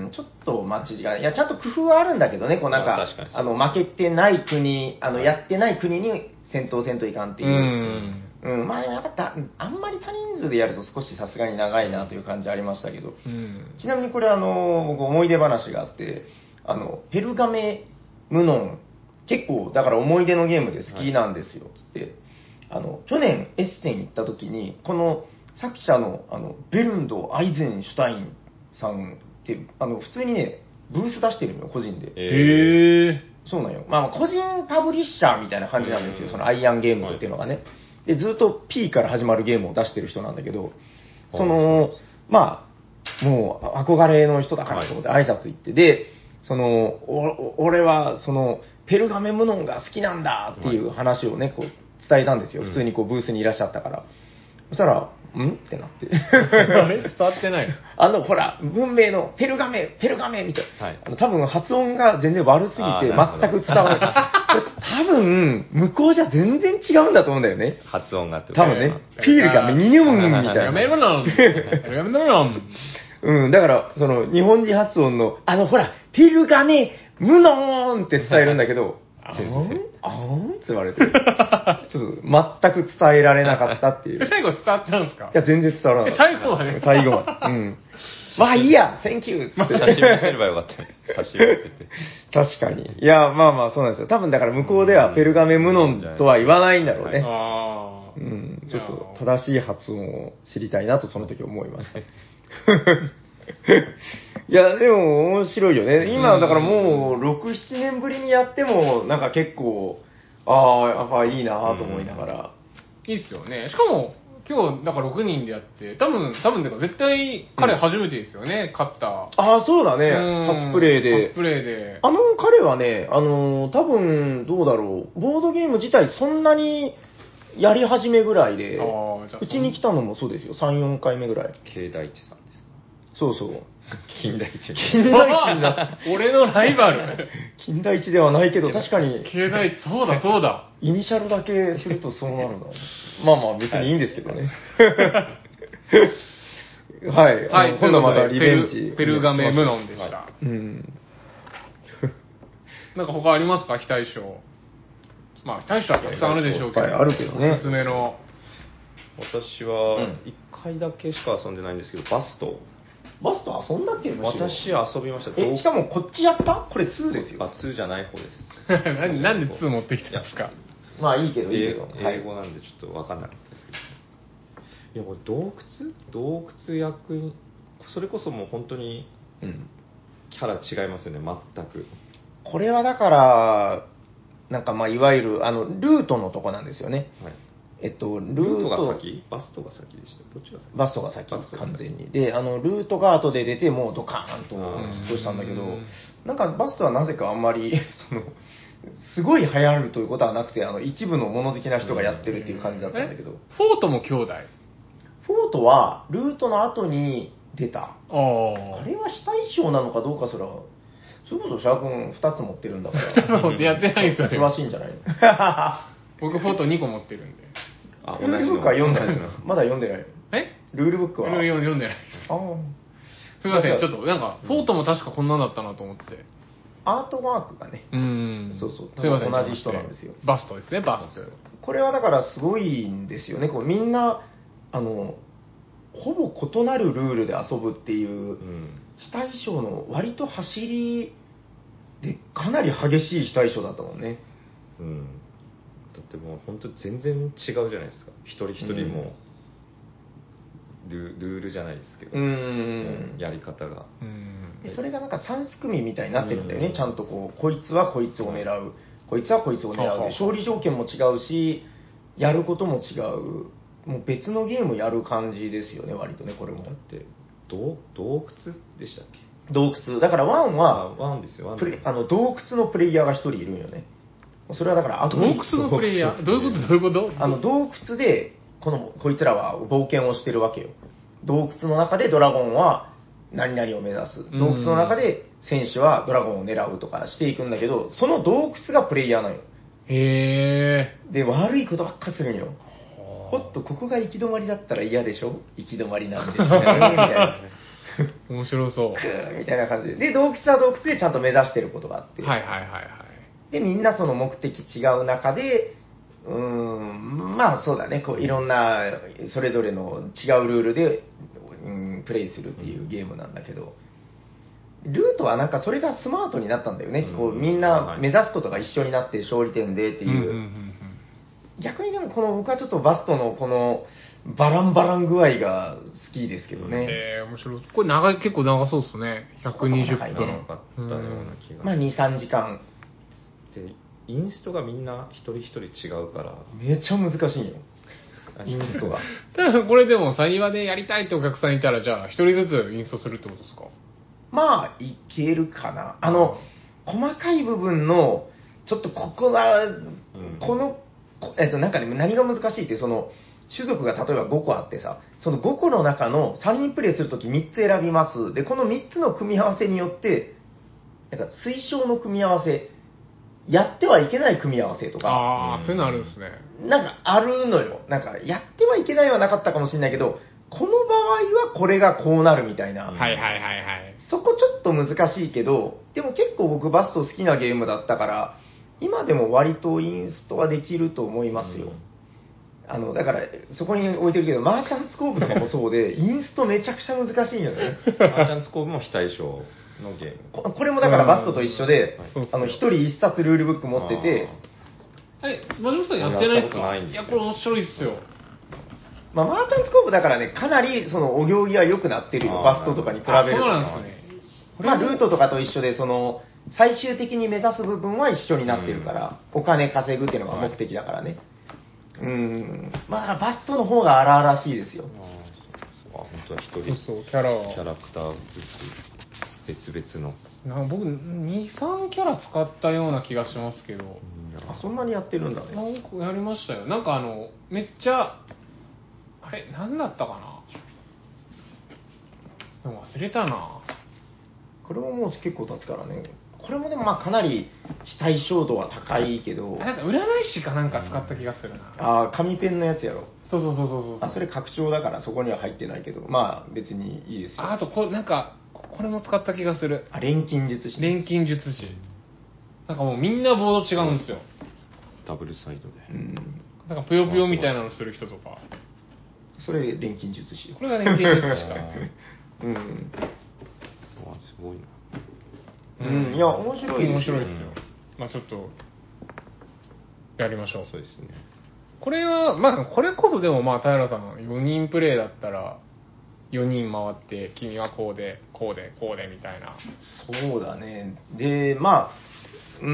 ちょっと待ち時間。いや、ちゃんと工夫はあるんだけどね、こうなんか、まあ、あの、負けてない国、あの、やってない国に戦闘せんといかんっていう。うんうん、まあやっぱあんまり多人数でやると少しさすがに長いなという感じありましたけど、うん、ちなみにこれあの、僕思い出話があって、あの、ペルガメムノン、結構、だから思い出のゲームで好きなんですよ、つって。あの、去年エッセン行った時に、この作者の、あの、ベルンド・アイゼンシュタインさんって、あの、普通にね、ブース出してるのよ、個人で。
へー。
そうなんよ。まあ、個人パブリッシャーみたいな感じなんですよ、そのアイアンゲームズっていうのがね。で、ずっと P から始まるゲームを出してる人なんだけど、その、まあ、もう憧れの人だからと思って挨拶行って、で、その、お俺は、その、ペルガメムノンが好きなんだっていう話をね、こう、伝えたんですよ。普通にこうブースにいらっしゃったから。そしたら、んってなって。
あれ伝わってない
あの、ほら、文明のペルガメ、ペルガメみたいな。はい、あの多分発音が全然悪すぎて全く伝わらない。多分、向こうじゃ全然違うんだと思うんだよね。
発音がって
多分ね、ピールガメニニョンみたいな。ペルガメムノン。ペルガメムノン。うん、だから、その、日本人発音の、あの、ほら、ペルガメムノンって伝えるんだけど、全然、あーんって言われて、ちょっと全く伝えられなかったっていう。
最後伝わったんですか？
いや、全然伝わらなかった。
最後まで
最後まで。うん。まあいいや、センキューっつって。
写真見せればよかったね。写真見せて。
確かに。いや、まあまあそうなんですよ。多分だから向こうではペルガメムノンとは言わないんだろうね。あうん。ちょっと正しい発音を知りたいなとその時思いました。 いや、でも面白いよね。今、だからもう、ろく、ななねんぶりにやっても、なんか結構、ああ、やっぱいいなと思いながら。
いいっすよね。しかも、今日、だからろくにんでやって、多分、多分てか絶対彼初めてですよね、勝った。
ああ、そうだね。
うん
初プレイで。
初プレイで。
あの彼はね、あのー多分、どうだろう。ボードゲーム自体そんなにやり始めぐらいで
あーじゃあ、
うちに来たのもそうですよ。さん、よんかいめぐらい。
慶大地さんですか。
そうそう。
金田一。
金田一にな、
俺のライバル。
金田一ではないけど、確かに、
経済、そうだそうだ。
イニシャルだけするとそうなるの。まあまあ別にいいんですけどね。はい。
はい、
あの今度はまたリベンジ。
ペルペルガメムノンでした。
は
うん。
なんか他ありますか、非対称。まあ、非対称はたくさんあるでしょうけど。
いっぱいあるけどね
おすすめの。
私
う
は
ん
いっかいだけしか遊んでないんですけど、バスト。
バスト遊んだっけ
私遊びました。
え、しかもこっちやったこれツーですよ。
あ、ツーじゃない方です。
なんなんでツー持ってきたんですか。
まあいいけど、いいけど。
英語なんでちょっと分かんなかったですけど。いや、これ洞窟洞窟役に、それこそもう本当に
うん。
キャラ違いますよね、全く。
これはだから、なんかまあいわゆる、あの、ルートのとこなんですよね。
はい。
えっと、ル
ルート
ート
が先バストが先でした。どっちが先
バストが先、
バストが先
完全に。で、あの、ルートが後で出て、もうドカーンと
うん
ヒットしたんだけど
うん、
なんかバストはなぜかあんまり、その、すごい流行るということはなくて、あの、一部の物好きな人がやってるっていう感じだったんだけど、
フォートも兄弟。
フォートは、ルートの後に出た。
あ
あれは非対称なのかどうかすら、それこそシャー君ふたつ持ってるんだから。
そうやってないんですよね
詳しいんじゃないの
僕フォートにこ持ってるんで。
あ、
ルールブックは読んでない
同じの
まだ読んでない。
え
ルールブックは。
読ん読んでないです。
あー
すみません、ちょっとなんか、フォートも確かこんなんだったなと思って。
アートワークがね、
うーん。
そうそう
すみません、
同じ人なんですよ
バストですね、バスト。
これはだからすごいんですよね。こうみんな、あの、ほぼ異なるルールで遊ぶっていうう、
ん。
非対称の割と走りでかなり激しい非対称だったもんね。
うん。だってもう本当全然違うじゃないですか。一人一人もうル、ルールじゃないですけど、
うーん
うんやり方が。
うん。
でそれがなんかさん組みたいになってるんだよね、
うん
ちゃんとこう、こいつはこいつを狙う、こいつはこいつを狙うで、
はあはあ
勝利条件も違うし、やることも違う、もう別のゲームやる感じですよね、割とね、これも
だ。って洞洞窟でしたっけ。
洞窟、だからワンは、
ワンですよ、ワン
プレあの洞窟のプレイヤーが一人いるんよね。それはだから後
洞
に
窟のプレイヤーどういうことどういうこと
あの洞窟でこのこいつらは冒険をしてるわけよ。洞窟の中でドラゴンは何々を目指す。洞窟の中で戦士はドラゴンを狙うとかしていくんだけど、その洞窟がプレイヤーなのよ。
へ
で、悪いことばっかするんよ。おっと、ここが行き止まりだったら嫌でしょ、行き止まりなんですね、みたいな。
ー。面白そう。
くーみたいな感じで。で、洞窟は洞窟でちゃんと目指してることがあって。
はいはいはいはい。
で、みんなその目的違う中で、うーん、まあそうだね、こういろんな、それぞれの違うルールで、うん、プレイするっていうゲームなんだけど、ルートはなんかそれがスマートになったんだよね。
うん
こうみんな目指すことが一緒になって勝利点でっていう。
うんうんうんうん
逆にでもこの僕はちょっとバストのこのバランバラン具合が好きですけどね。
へえ、面白い。これ長い、結構長そうですね。ひゃくにじゅっぷん。
そこそこ長いね
長かったような気が。
まあに、さんじかん。
で、インストがみんな一人一人違うから、
めちゃ難しいよ。インストが。
ただこれでもサニバでやりたいってお客さんいたら、じゃあ一人ずつインストするってことですか？
まあ、いけるかな。あの、細かい部分の、ちょっとここが、この、こえっと、なんかね、何が難しいって、その、種族が例えばごこあってさ、そのごこの中のさんにんプレイするときみっつ選びます。で、このみっつの組み合わせによって、なんか推奨の組み合わせ、やってはいけない組み合わせとか、
ああ、
うん
そういうのあるんですね。
なんかあるのよ。なんか、やってはいけないはなかったかもしれないけど、この場合はこれがこうなるみたいな。
はいはいはいはい。
そこちょっと難しいけど、でも結構僕バスト好きなゲームだったから、今でも割とインストはできると思いますよ。あの、だから、そこに置いてるけど、マーチャンツコーブとかもそうで、インストめちゃくちゃ難しいんよね。
マーチャンツコーブも非対称のゲーム。
ここれもだからバストと一緒で
うん、
あの、一人一冊ルールブック持ってて、
え、マジモさんやってないですか？
やったことないんですよ
いや、これ面白いっすよ。
まあ、マーチャンツコーブだからね、かなりそのお行儀は良くなってるよ、
あー
バストとかに比べると。
あそうなんですね。
まあ、ルートとかと一緒で、その、最終的に目指す部分は一緒になってるから、お金稼ぐっていうのが目的だからね。うん。まあ、だからバストの方が荒々しいですよ。
ああ、本当は一人、
そうそう、キャラは
キャラクターずつ、別々の。
な僕、に、さんキャラ使ったような気がしますけど、
あ、そんなにやってるんだね。
なんかやりましたよ。なんかあの、めっちゃ、あれ、なんだったかな。でも忘れたな。
これももう結構経つからね。これもでもまあかなり非対称度は高いけど、
なんか占い師かなんか使った気がするな。
ああ、紙ペンのやつやろ。
そうそうそうそうそう。
あ、それ拡張だからそこには入ってないけど、まあ別にいいですよ。
ああとこ、なんか、これも使った気がする。
あ、錬金術師。
錬金術師。なんかもうみんなボード違うんですよ。
ダブルサイドで。
うん。
なんかぷよぷよみたいなのする人とか。
それ錬金術師。
これが錬金術師か。
うん。
あすごいな。
うん、いや、面白いですよ。
面白いですよ。まあちょっと、やりましょう。
そうですね。
これは、まあこれこそでもまあ平さん、よにんプレイだったら、よにん回って、君はこうで、こうで、こうでみたいな。
そうだね。で、まあ、うん、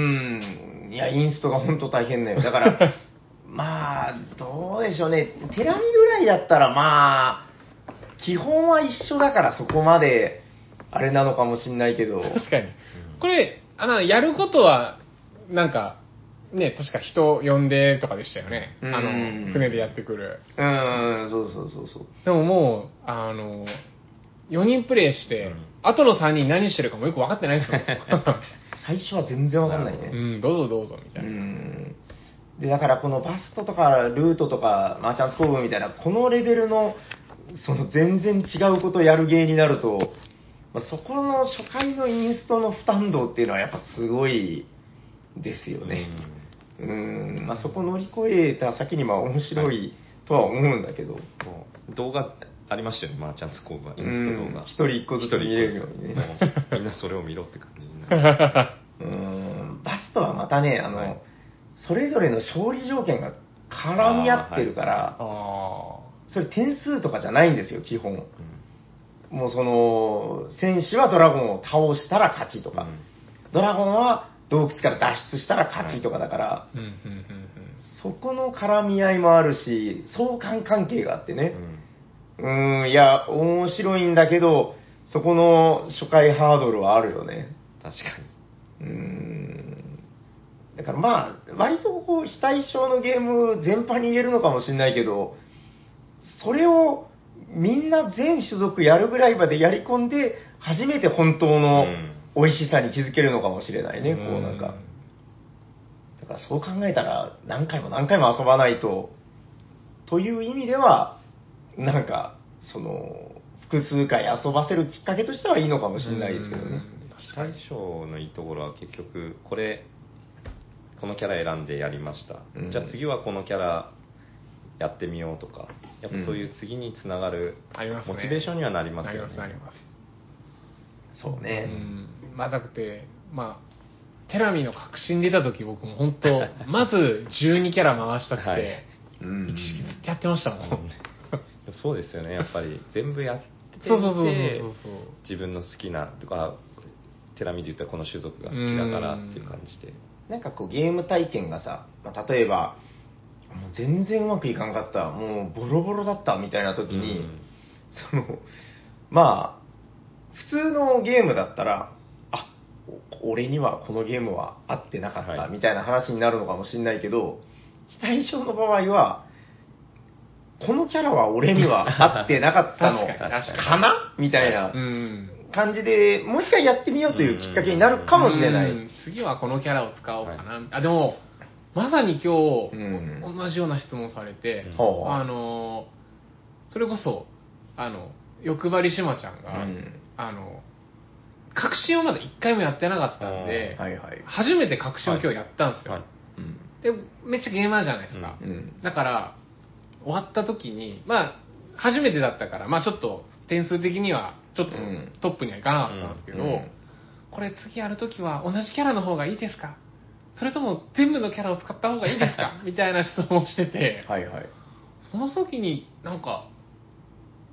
いや、インストが本当大変だよ。だから、まあ、どうでしょうね。テラミぐらいだったら、まあ、基本は一緒だからそこまで、あれなのかもしんないけど。
確かに。これ、あの、やることは、なんか、ね、確か人呼んでとかでしたよね。
うん
あの、船でやってくる。
うーん、そうそうそうそう。
でももう、あの、よにんプレイして、
うん
後のさんにん何してるかもよく分かってないですよ。
最初は全然わかんないね。
うん、どうぞどうぞみた
う
いな。
ん。で、だからこのバストとかルートとかマーチャンツコーブみたいな、このレベルの、その全然違うことをやる芸になると、まあ、そこの初回のインストの負担度っていうのはやっぱすごいですよね。うん、まあ、そこ乗り越えた先にまあ面白いとは思うんだけど。
もう動画ありましたよね、マーチャンツコーブは、イン
うん
スト動画。
一人一個ずつ見れるようにね。
もうみんなそれを見ろって感じになる。
うん、バストはまたね、あの、
はい
それぞれの勝利条件が絡み合ってるから、
あ
それ点数とかじゃないんですよ、基本。
うん
もうその、戦士はドラゴンを倒したら勝ちとか、
うん
ドラゴンは洞窟から脱出したら勝ちとかだから、
あ。うん、うん、うん、うん。
そこの絡み合いもあるし、相関関係があってね
う。ん
うーん、いや、面白いんだけど、そこの初回ハードルはあるよね。
確かに。
うーん。だからまあ、割とこう、非対称のゲーム全般に言えるのかもしれないけど、それをみんな全種族やるぐらいまでやり込んで、初めて本当の美味しさに気づけるのかもしれないね、こうなんか。だからそう考えたら、何回も何回も遊ばないと、という意味では、なんか、その、複数回遊ばせるきっかけとしてはいいのかもしれないですけどね。
非対称のいいところは結局、これ、このキャラ選んでやりました。
うん
じゃあ次はこのキャラやってみようとか、やっぱそういう次につながる
ありますね
モチベーションにはなりますよね。
なります、なります。う
そうね。
ん。まあ、だって、まあ、テラミの革新出た時僕も本当、まずじゅうにキャラ回したくて、
はい
うん
一時期ずっとやってましたもん。
うんそうですよね、やっぱり全部やってて
そうそうそうそうそうそう。
自分の好きなとか、テラミで言ったらこの種族が好きだからっていう感じで。
なんかこうゲーム体験がさ、まあ、例えば、もう全然うまくいかんかった、もうボロボロだったみたいな時に、
うん
その、まあ、普通のゲームだったら、あ、お俺にはこのゲームは合ってなかった
はい
みたいな話になるのかもしれないけど、非対称の場合は、このキャラは俺には合ってなかったの
確かに確かに
かなみたいな
うん。
感じで、もう一回やってみようというきっかけになるかもしれない。
うん次はこのキャラを使おうかな。あ、でも、まさに今日、
うん
同じような質問されて、
うん
ほう
あの、それこそ、あの、欲張りしまちゃんが、
うん
あの、革新をまだいっかいもやってなかったんで、
はいはい。
初めて革新を今日やったんですよ。
はい
うん
で、めっちゃゲーマーじゃないですか。
うん
だから、終わった時に、まあ、初めてだったから、まあちょっと点数的には、ちょっと
うん
トップにはいかなかったんですけど、
うん
これ次やるときは同じキャラの方がいいですかそれとも全部のキャラを使った方がいいですかみたいな質問をしてて、
はいはい。
その時になんか、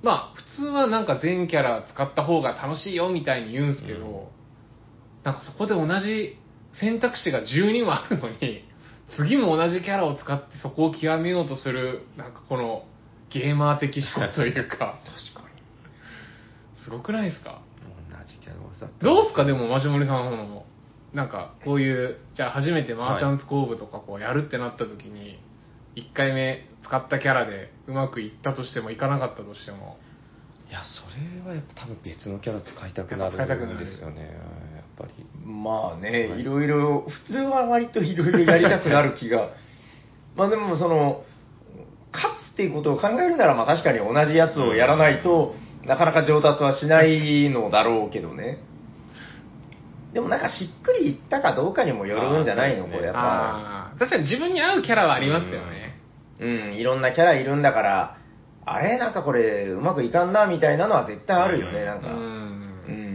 まあ普通はなんか全キャラ使った方が楽しいよみたいに言うんすけど、うん、なんかそこで同じ選択肢がじゅうにもあるのに、次も同じキャラを使ってそこを極めようとする、なんかこのゲーマー的思考というか、確かに。すごくないですか？
同じキャラをさ。
どうすかでも、マジモリさんの、なんかこういう、じゃあ初めてマーチャンツコーブとかこうやるってなった時に、いっかいめ使ったキャラでうまくいったとしてもいかなかったとしても、
いや、それはやっぱ多分別のキャラ使いたくなるんですよね、やっぱり。
まあね、はい、いろいろ、普通は割といろいろやりたくなる気が。まあでもその、勝つっていうことを考えるなら、まあ確かに同じやつをやらないと、なかなか上達はしないのだろうけどね。でもなんかしっくりいったかどうかにもよるんじゃないの、これやっぱ。
あ確かに自分に合うキャラはありますよね。
うん、うん、いろんなキャラいるんだから、あれなんかこれうまくいかんなみたいなのは絶対あるよね、なんか。うん、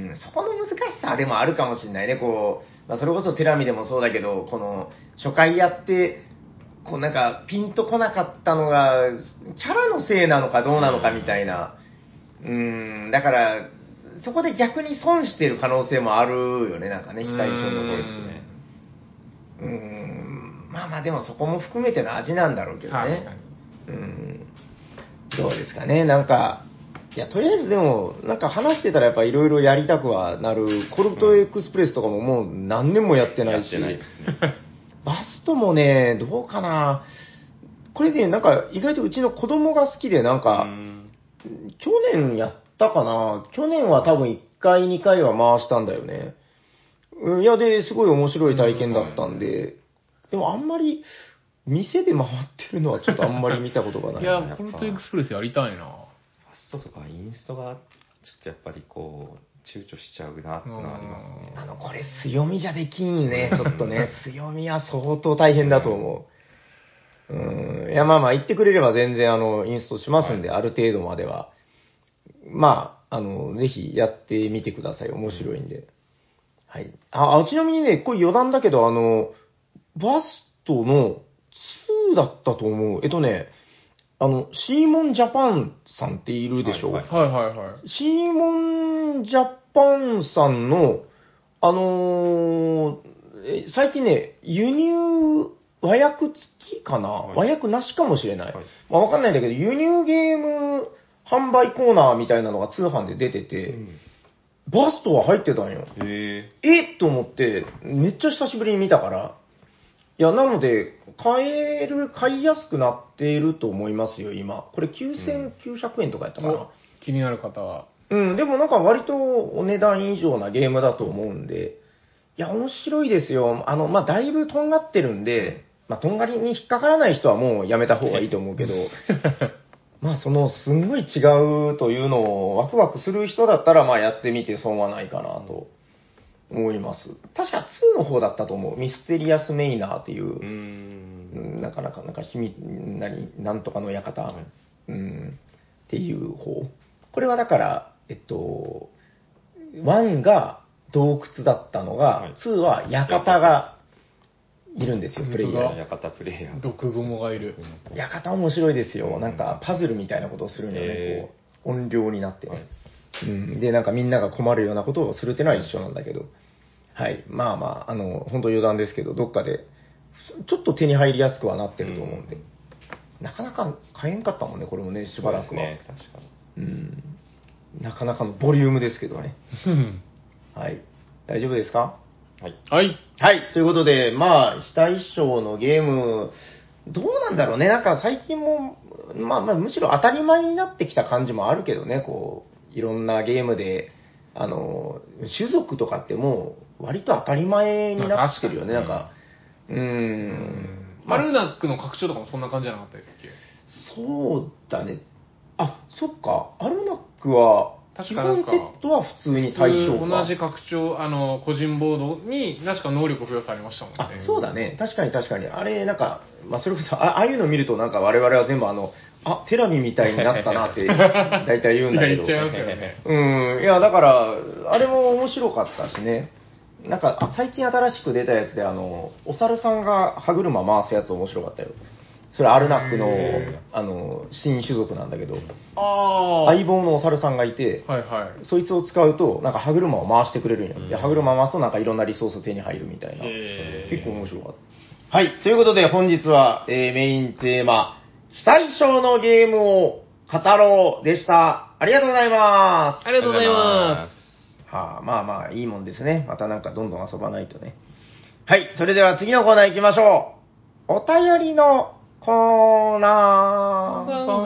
そこの難しさでもあるかもしれないね、こう、まあ、それこそテラミでもそうだけど、この初回やって、こうなんかピンとこなかったのが、キャラのせいなのかどうなのかみたいな。うん、だから、そこで逆に損してる可能性もあるよね、なんかね、非対称のそうですね。うん、まあまあでもそこも含めての味なんだろうけどね。
確かに。
うんどうですかね、なんか、いや、とりあえずでも、なんか話してたらやっぱいろいろやりたくはなる、コルトエクスプレスとかももう何年もやってないし、
やってないですね、
バストもね、どうかな、これね、なんか意外とうちの子供が好きで、なんか、去年やったかな、去年は多分いっかい、にかいは回したんだよね。いや、で、すごい面白い体験だったんで、でもあんまり、店で回ってるのはちょっとあんまり見たことがない。
いや、コルトエクスプレスやりたいな。
ファストとかインストが、ちょっとやっぱりこう、躊躇しちゃうなってのはありますね。
あの、これ強みじゃできんね、ちょっとね。強みは相当大変だと思う。うん。いや、まあまあ言ってくれれば全然あの、インストしますんで、はい、ある程度までは。まあ、あの、ぜひやってみてください。面白いんで。うん、はい。あ、ちなみにね、これ余談だけど、あの、バストの、ツーだったと思う。えっとね、あの、シーモンジャパンさんっているでしょ？
はいはいはい、はい。
シーモンジャパンさんの、あのー、最近ね、輸入、和訳付きかな、はい、和訳なしかもしれない。はい、まあわかんないんだけど、輸入ゲーム販売コーナーみたいなのが通販で出てて、うん、バストは入ってたんよ。
へ
えっと思って、めっちゃ久しぶりに見たから、いや、なので、買える、買いやすくなっていると思いますよ、今。これきゅうせんきゅうひゃくえんとかやったかな、うん。
気になる方は。
うん、でもなんか割とお値段以上なゲームだと思うんで、いや、面白いですよ。あの、まあ、だいぶとんがってるんで、まあ、とんがりに引っかからない人はもうやめた方がいいと思うけど、まあ、その、すんごい違うというのをワクワクする人だったら、まあ、やってみて損はないかなと。思います。確かツーの方だったと思う。ミステリアスメイナーっていう、うーんなかなか、なんか秘密、何、なんとかの館、はい、うんっていう方。これはだから、えっと、ワンが洞窟だったのが、はい、ツーは館がいるんですよ、プレイヤー。
館プレイヤー。
毒蜘蛛がいる。
館面白いですよ。なんかパズルみたいなことをするんよね、こう、音量になってね。はいうん、で、なんかみんなが困るようなことをするっていうのは一緒なんだけど、はい。まあまあ、あの、本当余談ですけど、どっかで、ちょっと手に入りやすくはなってると思うんで、うん、なかなか買えんかったもんね、これもね、しばらくは。そうですね、確かに。うん。なかなかのボリュームですけどね。はい。大丈夫ですか？
はい。
はい。
はい。ということで、まあ、非対称のゲーム、どうなんだろうね。なんか最近も、まあまあ、むしろ当たり前になってきた感じもあるけどね、こう、いろんなゲームで、あの、種族とかってもう、割と当たり前になってるよね、なんか。うーん。
アルナックの拡張とかもそんな感じじゃなかったですっけ？
そうだね。あ、そっか。アルナックは、基本セットは普通に対象か。
同じ拡張、あの、個人ボードに、確か能力付与されましたもんね。
あ、そうだね。確かに確かに。あれ、なんか、まあ、それこそ、ああいうの見ると、なんか我々は全部あの、あ、テラミみたいになったなって、大体言うんだけど。
言っちゃいますよね。
うん。いや、だから、あれも面白かったしね。なんか、あ最近新しく出たやつで、あの、お猿さんが歯車回すやつ面白かったよ。 それアルナックの
へ、
あの、新種族なんだけど、
ああ。
相棒のお猿さんがいて、
はいはい。
そいつを使うと、なんか歯車を回してくれるんよ。で、
うん
歯車回すとなんかいろんなリソース手に入るみたいな。
へー
結構面白かった。はい。ということで本日は、えーメインテーマ、非対称のゲームを語ろうでした。ありがとうございま。
ありがとうございます
はあ、まあまあ、いいもんですね。またなんかどんどん遊ばないとね。はい。それでは次のコーナー行きましょう。お便りのコーナ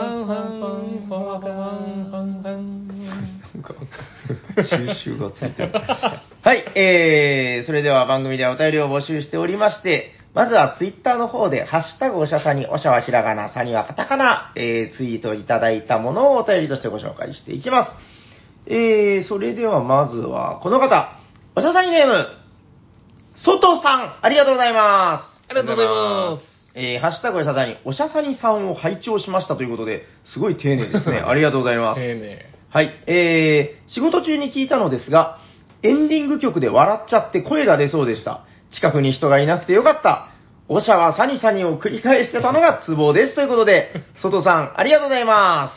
ー。収集がついてる。はい、えー、それでは番組ではお便りを募集しておりまして、まずはツイッターの方で、ハッシュタグおしゃさに、おしゃはひらがな、さにはカタカナ、えー、ツイートいただいたものをお便りとしてご紹介していきます。えー、それではまずは、この方、おしゃさにネーム、ソトさん、ありがとうございます。
ありがとうございます。
えー、ハッシュタグおしゃさに、おしゃさにさんを拝聴しましたということで、すごい丁寧ですね。ありがとうございます。
丁寧。
はい。えー、仕事中に聞いたのですが、エンディング曲で笑っちゃって声が出そうでした。近くに人がいなくてよかった。おしゃはサニサニを繰り返してたのがツボです。ということで、ソトさん、ありがとうございます。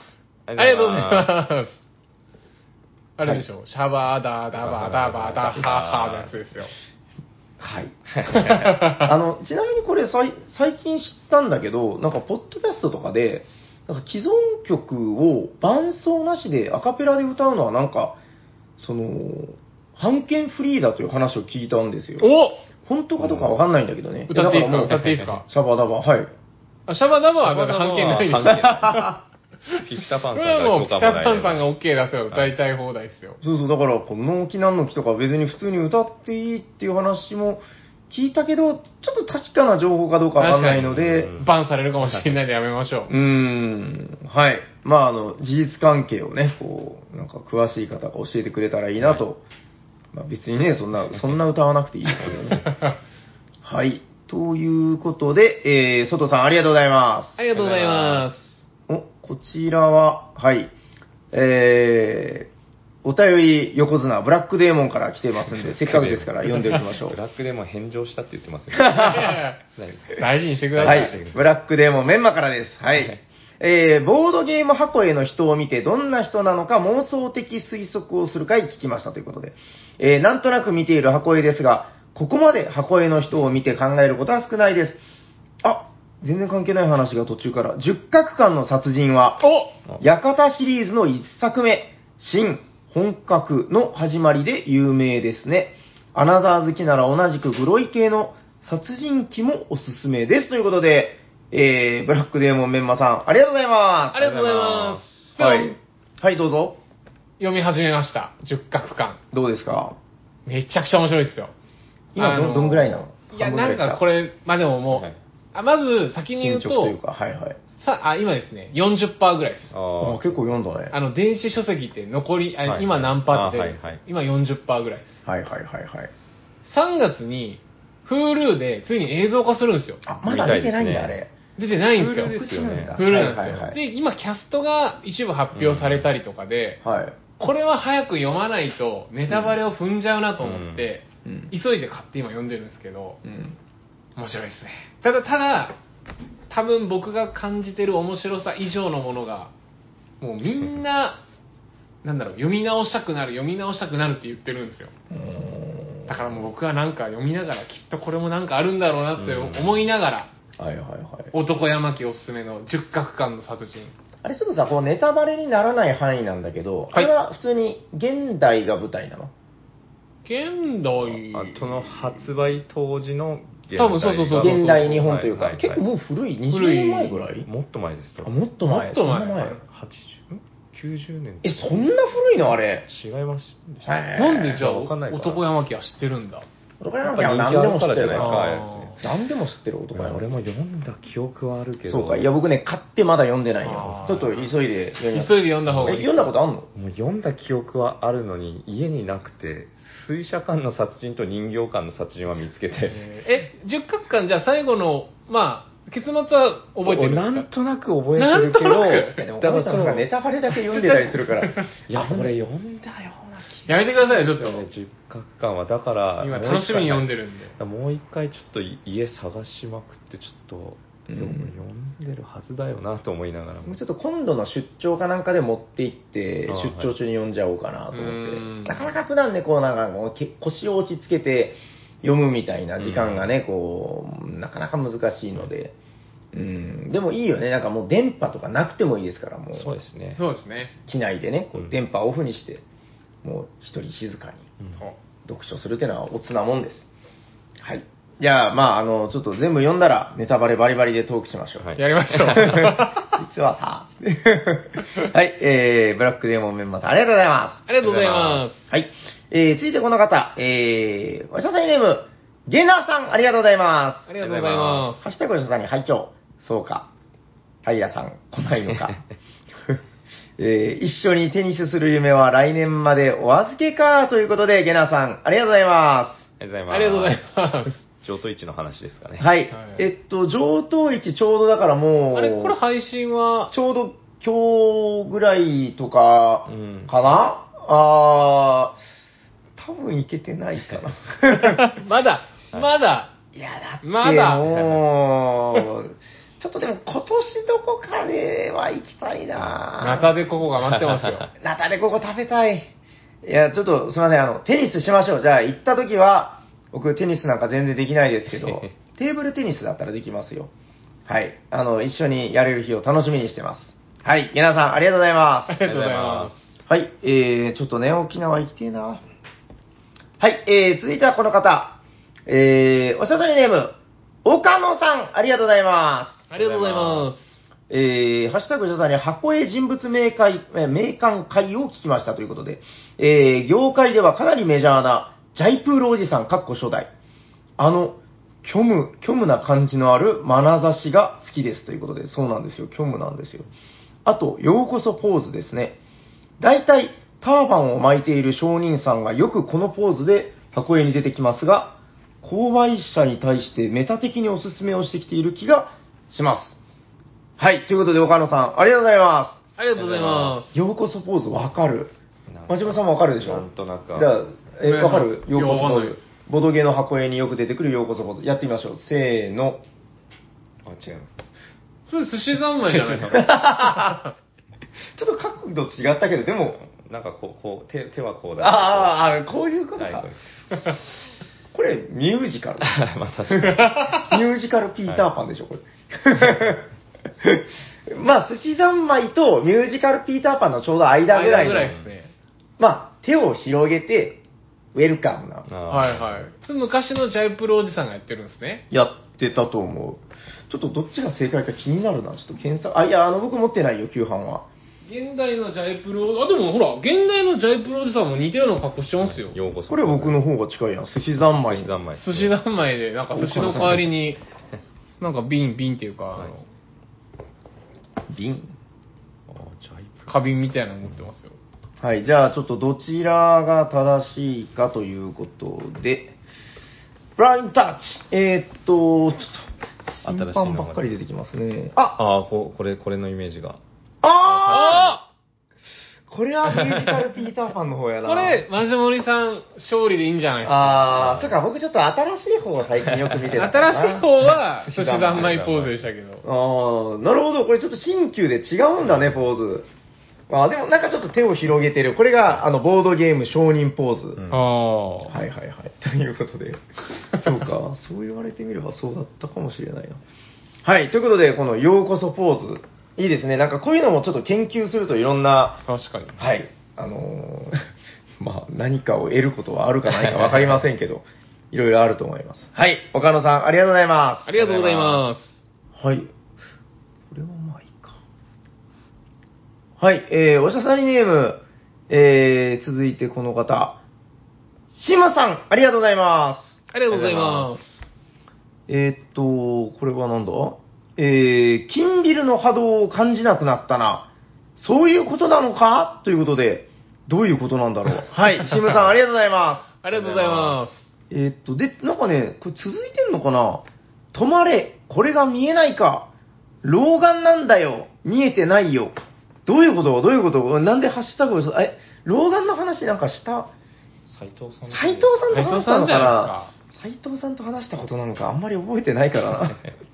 ありがとうございます。あれでしょ、はい、シャバーダーダバダバダハハのやつですよ。
はい。あの、ちなみにこれ最近知ったんだけど、なんかポッドキャストとかで、なんか既存曲を伴奏なしでアカペラで歌うのはなんか、その、版権フリーだという話を聞いたんですよ。
お
本当かどうかわかんないんだけどね。
歌っていいですか歌っていいですか
シャバダバ、はい。
あ、シャバダバはだって版権ないでしょ。
ピピタパンさんが
これはもうピタパンさんが OK 出せば歌いたい放題ですよ。
そうそう、だから、この納期何の期とか別に普通に歌っていいっていう話も聞いたけど、ちょっと確かな情報かどうかわかんないので、
バンされるかもしれないでやめましょう。
うーん、はい。まあ、あの、事実関係をね、こう、なんか詳しい方が教えてくれたらいいなと。はい、まあ、別にね、そんな、そんな歌わなくていいですけどね。はい。ということで、えー、ソトさんありがとうございます。
ありがとうございます。
お、こちらは、はい。えー、お便り横綱、ブラックデーモンから来てますんで、せっかくですから読んでおきましょう。
ブラックデーモン返上したって言ってますよ、
ね。大事にしてください。
はい。ブラックデーモンメンマからです。はい。えー、ボードゲーム箱への人を見てどんな人なのか妄想的推測をする回聞きましたということで、えー、なんとなく見ている箱絵ですが、ここまで箱絵の人を見て考えることは少ないです。あ、全然関係ない話が途中から。十角館の殺人は、館シリーズの一作目、新本格の始まりで有名ですね。アナザー好きなら同じくグロい系の殺人鬼もおすすめです。ということで、えー、ブラックデーモンメンマさん、ありがとうございます。
ありがとうございます。
はい。はい、どうぞ。
読み始めました。十角館。
どうですか？
めちゃくちゃ面白いですよ。
今ど、どんぐらいなの？
いや、なんかこれ、まあでももう、はい、あまず先に言うと、
というか、はいはい。
さあ、今ですね、よんじゅっパーセントぐらいです。
ああ、結構読んだね。
あの、電子書籍って残り、あ、はい、今何パーって出るんですか、はいはい、今よんじゅっパーセントぐらいです。
はいはいはいはい。
さんがつに、Hulu でついに映像化するんですよ。
あ、まだ出てないんだ、あれ。
出てないんですよ。
Hulu ですよね。
Hulu なんですよ、はいはいはい。で、今キャストが一部発表されたりとかで、うん、はい、これは早く読まないとネタバレを踏んじゃうなと思って、うん、急いで買って今読んでるんですけど、うん、面白いですね。ただ、ただ、多分僕が感じてる面白さ以上のものが、もうみんな、なんだろう、読み直したくなる、読み直したくなるって言ってるんですよ。だからもう僕はなんか読みながら、きっとこれもなんかあるんだろうなって思いながら、はいはいはい。男山木おすすめの十角館の殺人。
あれちょっとさ、こうネタバレにならない範囲なんだけど、はい、あれは普通に現代が舞台なの？
現代
あその発売当時の現代
多分そうそうそう現代日本というか、はいはいはい、結構もう古いにじゅうねんまえぐらい？
もっと前ですと。
あもっと前。
もっと前。
前。
はちじゅう、きゅうじゅうねん。
え、そんな古いのあれ？
違います。
なんでじゃあ男山木は知ってるんだ？
男山木は何でも知ってる
じゃないですか。
何でも知ってる男山木。
俺も読んだ記憶はあるけど。
そうか。いや僕ね買ってまだ読んでないよ。ちょっと急いで
読みます。急いで読んだ方がいい。
読んだことあんの？
もう読んだ記憶はあるのに家になくて、水車館の殺人と人形館の殺人は見つけて。
え、十角館じゃあ最後のまあ結末は覚えてるんですか？
なんとなく覚えてるけど、
だからそうネタバレだけ読んでたりするから。
いやこれ読んだよ。
やめてくださいよ、ちょっと。
ね、十角館は、だから、
今楽しみに読んでるんで。
もう一回ちょっと家探しまくって、ちょっと、 でも読んでるはずだよなと思いながらも。
もうちょっと今度の出張かなんかで持って行って
あ、
出張中に読んじゃおうかなと思って。
うん
なかなか普段ね、こうなんかこうけ腰を落ち着けて読むみたいな時間がね、こう、なかなか難しいので。うん、でもいいよね。なんかもう電波とかなくてもいいですから、もう。
そうですね。
そうですね。
機内でね、こ
う
うん電波オフにして、もう一人静かに
うん
そう
読書するっていうのはおつなもんです。はい。じゃあ、まあ、あの、ちょっと全部読んだら、ネタバレバリバリでトークしましょう。
はい
やりましょう。
実はさ、はい、えー、ブラックデーモンメンマさん、ありがとうございます。
ありがとうございます。
はい。えー、続いてこの方、えー、おしゃさんネーム、ゲナーさん、ありがとうございます。
ありがとうございま
ハッシュタグおしゃさんに拝聴。そうか。平さん、来ないのか。えー、一緒にテニスする夢は来年までお預けか、ということで、ゲナーさん、ありがとうございま
ありがとうございます。
ありがとうございます。
譲渡市の話ですかね。
す。はい。
はい
えっと、上等市ちょうどだからもう、
あれ、これ配信は、
ちょうど今日ぐらいとか
うん
かな、あー、多分いけてないかな。
まだ、まだ、
いや、だって
まだ
もう、ちょっとでも今年どこかでは行きたいな
ナタデココが待ってますよ。
ナタデココ食べたい。いや、ちょっとすいません、あの、テニスしましょう。じゃあ行った時は、僕テニスなんか全然できないですけど、テーブルテニスだったらできますよ。はい。あの、一緒にやれる日を楽しみにしてます。はい。皆さん、ありがとうございます。
ありがとうございます。
はい、えー、ちょっとね、沖縄行きてえな。はい、えー、続いてはこの方。えー、おしゃさりネーム、岡野さん、ありがとうございます。
ありがとうございます。
えー、ハッシュタグおしゃさり、箱絵人物名会、えー名鑑会を聞きましたということで、えー、業界ではかなりメジャーな、ジャイプールおじさん、かっこ初代。あの、虚無、虚無な感じのある眼差しが好きですということで、そうなんですよ、虚無なんですよ。あと、ようこそポーズですね。大体、ターバンを巻いている商人さんがよくこのポーズで箱絵に出てきますが、購買者に対してメタ的におすすめをしてきている気がします。はい、ということで岡野さん、ありがとうございま。
ありがとうございます
ようこそポーズわかる。
なんか
真島さんもわかるでしょ。
なんとなく
じゃあ、え、
ね
わかるようこそポーズ
いやわかんないです。
ボドゲの箱絵によく出てくるようこそポーズ。やってみましょう。せーの。
あ、違います。
それ寿司三昧じゃないですか。
ちょっと角度違ったけど、でも、
なんかこう、こう手手はこうだ。
あーあー、こういうことか。
はいこ
これ、ミュージカル。
うまあ確かに。
ミュージカルピーターパンでしょ、これ。まあ、寿司三昧とミュージカルピーターパンのちょうど間ぐらいの。
間ぐらいですね。
まあ、手を広げて、ウェルカムな。
あー
はいはい。それ昔のジャイプロおじさんがやってるんですね。
やってたと思う。ちょっとどっちが正解か気になるな。ちょっと検索。あ、いや、あの、僕持ってないよ、旧版は。
現代のジャイプロ、あ、でもほら、現代のジャイプロおじさんも似たような格好してますよ。
ようこそ。
これ僕の方が近いやん。寿司三昧。
寿司三昧。
寿司三昧で、なんか寿司の代わりに、なんか瓶、瓶っていうか、あの、
瓶。
あージャイプ。
花瓶みたいなの持ってますよ。
はい、じゃあちょっとどちらが正しいかということで、ブラインドタッチ。えー、っと、ちょっと、新版ばっかり出てきますね。あ、
ああ、ここれ、これのイメージが。
あーこれはミュージカルピーターパンの方やな。
これ、マジモリさん、勝利でいいんじゃないですか。
あー、そっか、僕ちょっと新しい方を最近よく見てたからな。
新しい方は、寿司三昧ポーズでしたけど。
あー、なるほど。これちょっと新旧で違うんだね、ポーズ。あーでもなんかちょっと手を広げてる。これが、あの、ボードゲーム承認ポーズ。
うん
ああ。
はいはいはい。ということで。そうか。そう言われてみればそうだったかもしれないな。はい。ということで、このようこそポーズ。いいですね。なんかこういうのもちょっと研究するといろんな、
確かに。
はい。あのーまあ、何かを得ることはあるかないかわかりませんけど、いろいろあると思います。はい。岡野さん、ありがとうございます。
ありがとうございます。
はい。これはまあいいか。はい。えー、おしゃさりネーム、えー、続いてこの方。シムさん、ありがとうございます。
ありがとうございます。
えーっと、これはなんだえー、金ビルの波動を感じなくなったな。そういうことなのかということで、どういうことなんだろう。はい。シムさん、ありがとうございます。
ありがとうございま
えーっと、で、なんかね、これ続いてんのかな止まれ、これが見えないか。老眼なんだよ。見えてないよ。どういうことどういうことなんでハッシュタグを、え、老眼の話なんかした
斉藤さん。
斉藤さんと話したのかな
斉
斉藤さんと話したことなのかあんまり覚えてないからな。
す。で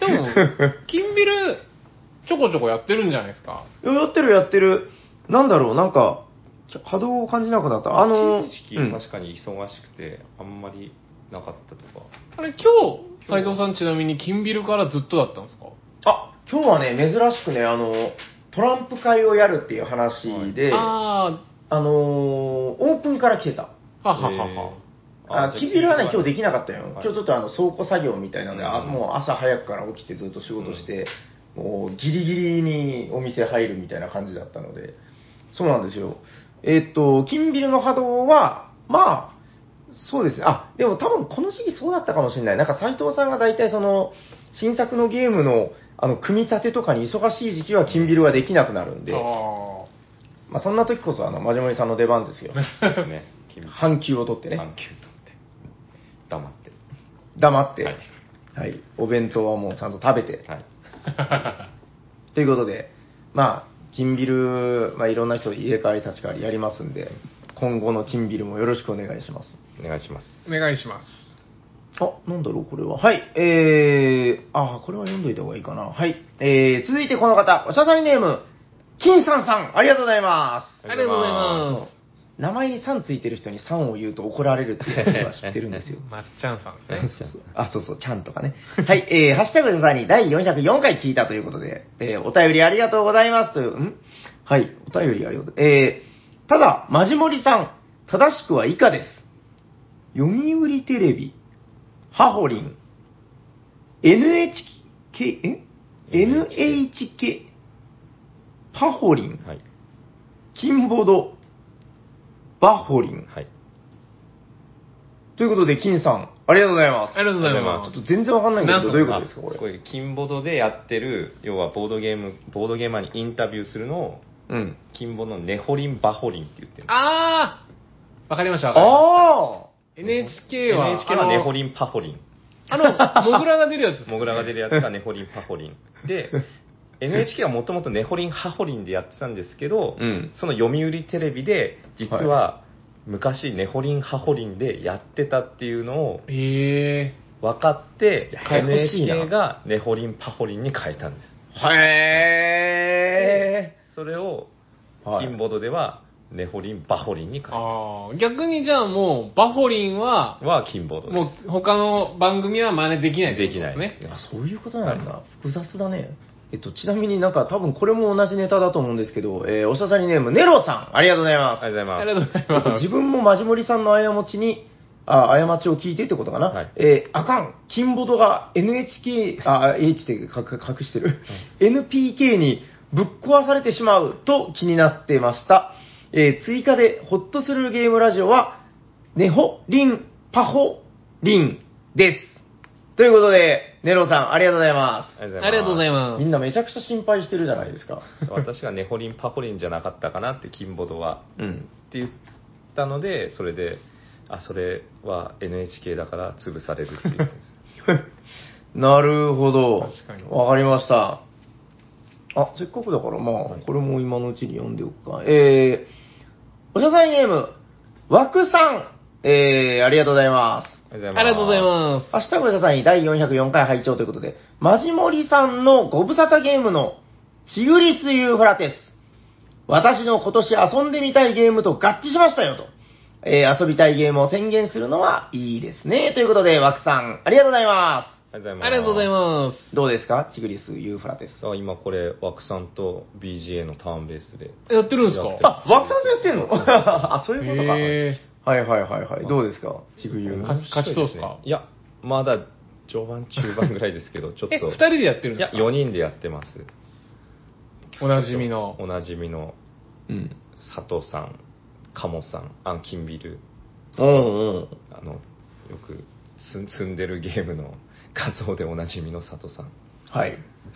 も、金ビル、ちょこちょこやってるんじゃないですか。
やってるやってる。なんだろう、なんか、波動を感じなくなった。あの、
一時期
うん
確かに忙しくて、あんまりなかったとか。
あれ、今日、斉藤さんちなみに金ビルからずっとだったんですか？
あ、今日はね、珍しくね、あの、トランプ会をやるっていう話で、
あ
あのーオープンから来てた。
あ、はははは。
あ、キンビルはね、今日できなかったよ。
はい
今日ちょっとあの倉庫作業みたいなので、あ
うん
もう朝早くから起きてずっと仕事して、もうギリギリにお店入るみたいな感じだったので、そうなんですよ。えーっと、キンビルの波動は、まあ、そうですね。あ、でも多分この時期そうだったかもしれない。なんか斉藤さんが大体その、新作のゲームの、あの、組み立てとかに忙しい時期はキンビルはできなくなるんで、
あ
まあそんな時こそあの、マジモリさんの出番ですよ。
そうですね。
半休を取ってね。
半休取って。黙って。
黙って、
は
はいい、お弁当はもうちゃんと食べて、
はい。
ということで、まあ、金ビル、まあ、いろんな人入れ替わり立ち替わりやりますんで、今後の金ビルもよろしくお願いします。
お願いします。
お願いします。
あ、なんだろう、これは。はい、えー、あ、これは読んどいた方がいいかな。はい、えー、続いてこの方、おしゃさりネーム、金さんさん、ありがとうございます。
ありがとうございます。
名前にさんついてる人にさんを言うと怒られるっていうのは知ってるんですよ。
まっちゃんさんね。
あ、そうそう、ちゃんとかね。はい、えー、ハッシュタグでさにだいよんひゃくよんかい聞いたということで、えー、お便りありがとうございますという、んはい、お便りありがとう。えー、ただ、マジモリさん、正しくは以下です。読売テレビ、ハホリン、エヌエイチケー、え ?エヌエイチケー、パホリン、
はい。
キンボド、バホリン。
はい。
ということで、金さん、ありがとうございます。
ありがとうござい
ちょ
ます
っと。全然わかんないんだけど、
なん
どういうことですか、これ。
これ、金ボドでやってる、要はボードゲーム、ボードゲーマーにインタビューするのを、
うん。
金ボドのネホリン、バホリンって言ってる。
あーわかりました、わかりました。
あ
エヌエイチケー は、
エヌエイチケー はネホリン、パホリン。
あの、あのモグラが出るやつです。
モグラが出るやつがネホリン、パホリン。で、エヌエイチケー はもともとネホリン、ハホリンでやってたんですけど、
うん
その読売テレビで、実は昔ネホリン、ハホリンでやってたっていうのを
え
分かって、
ややこしいな
エヌエイチケー がネホリン、パホリンに変えたんです。
あ。へ
それを、
ー。はい
金ボドではネホリン、バホリンに
ー、
変え
あー逆にじゃあもう、バホリンは
た。、は金ボドです。
もう他の番組は真似できないってことですね。
できないですね
あ、そういうことなんだ。複雑だね。えっと、ちなみになんか多分これも同じネタだと思うんですけど、えー、おしゃさりネーム、ネロさん、ありがとうございます。
ありがとうご
あ
ざいます。
りがとうございます。
えっと自分もマジモリさんの過ちに、あ、過ちを聞いてってことかな。
はい
えーあかん、金ボドが エヌエイチケー、あ、H って隠隠してる、エヌピーケー にぶっ壊されてしまうと気になってました。えー追加でホッとするゲームラジオは、ネホリンパホリンです。ということで、ネロさん、ありがとうございま
ありがとうございます。
ありがとうござい
す。
ます。
みんなめちゃくちゃ心配してるじゃないですか。
私がネホリン、パホリンじゃなかったかなって、金ボドは。
うん。
って言ったので、それで、あ、それは エヌエイチケー だから潰されるって言ってるんです。
なるほど。
確かに
わかりました。あ、せっかくだから、まあ、これも今のうちに読んでおくか。えー、おしゃさんネーム、わくさん、えー、ありがとうございます。
ありが
ありがとうございます。
明日ごしゃさんにだいよんひゃくよんかい拝聴ということで、マジモリさんのご無沙汰ゲームのチグリスユーフラテス。私の今年遊んでみたいゲームと合致しましたよと。えー遊びたいゲームを宣言するのはいいですね。ということで、ワクさん、ありがとうございま
ありがとうございます。
ありがとうございます。
す。どうですかチグリスユーフラテス。
あ今これ、枠さんと ビージーエー のターンベースで。
やってるんですか
やってる
あ、ワクさんとやってんのあ、そういうことか。
へ
はいはいはいはい。どうですかチグユー。
か勝ちそうっすか
いや、まだ序盤、中盤ぐらいですけど、ちょっと。
え、二人でやってるん
いや、
ですか
よにんでやってます。
おなじみの。
おなじみの
うん。
佐藤さん、鴨さん、アンキンビル、
うんうん。
あの、よくす積んでるゲームの画像でおなじみの佐藤さん。
はい。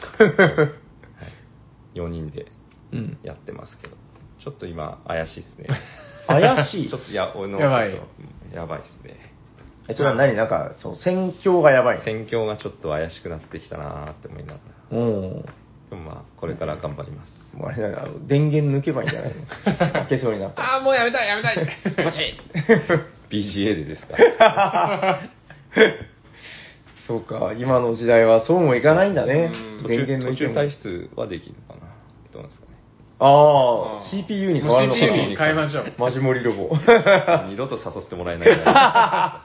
はい。よにんで
うん。
やってますけど、ちょっと今、怪しいですね。
怪しい
ちょっと、いや、俺の、
やばい
ちょっとやばいですね。
え、それは何なんか、そう、戦況がやばい。
戦況がちょっと怪しくなってきたなーって思いながら。
うん。
でもまあ、これから頑張ります。
もうあれだよあの、電源抜けばいいんじゃないの負けそうになったら。
あー、もうやめたい、やめたい。
バチッ
ビージーエー でですか
そうか、今の時代はそうもいかないんだね。
途
電源の
中途中
意見も
退出はできるかな。どうなんですかね。
ああ、シーピーユー に変わるのかな。
もう シーピーユー に変えましょう。
マジモリロボ。
二度と誘ってもらえないから。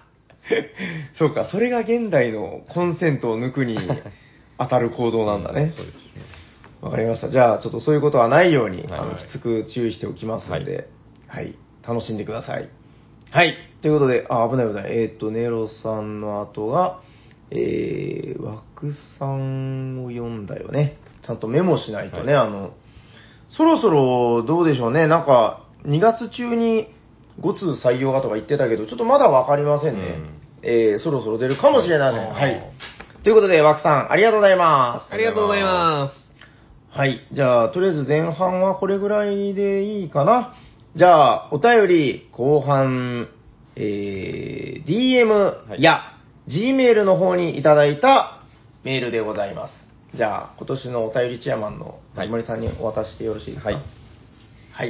そうか、それが現代のコンセントを抜くに当たる行動なんだね。
うん、そうですね。
わかりました。じゃあ、ちょっとそういうことはないように、
はい
あの、きつく注意しておきますので、はい、はい、楽しんでください。はい。ということで、あ、危ない危ない。えっ、ー、と、ネロさんの後が、えー、枠さんを読んだよね。ちゃんとメモしないとね、はい、あの、そろそろどうでしょうね。なんか、にがつ中にご通採用がとか言ってたけど、ちょっとまだわかりませんね。うん、えー、そろそろ出るかもしれません。はい。はい、ということで、枠さん、ありがとうございます。
ありがとうございます。
はい。じゃあ、とりあえず前半はこれぐらいでいいかな。じゃあ、お便り、後半、えー、ディーエム や、はい、Gmail の方にいただいたメールでございます。じゃあ、今年のお便りチェアマンの藤森さんにお渡ししてよろしいですか。はい。はい。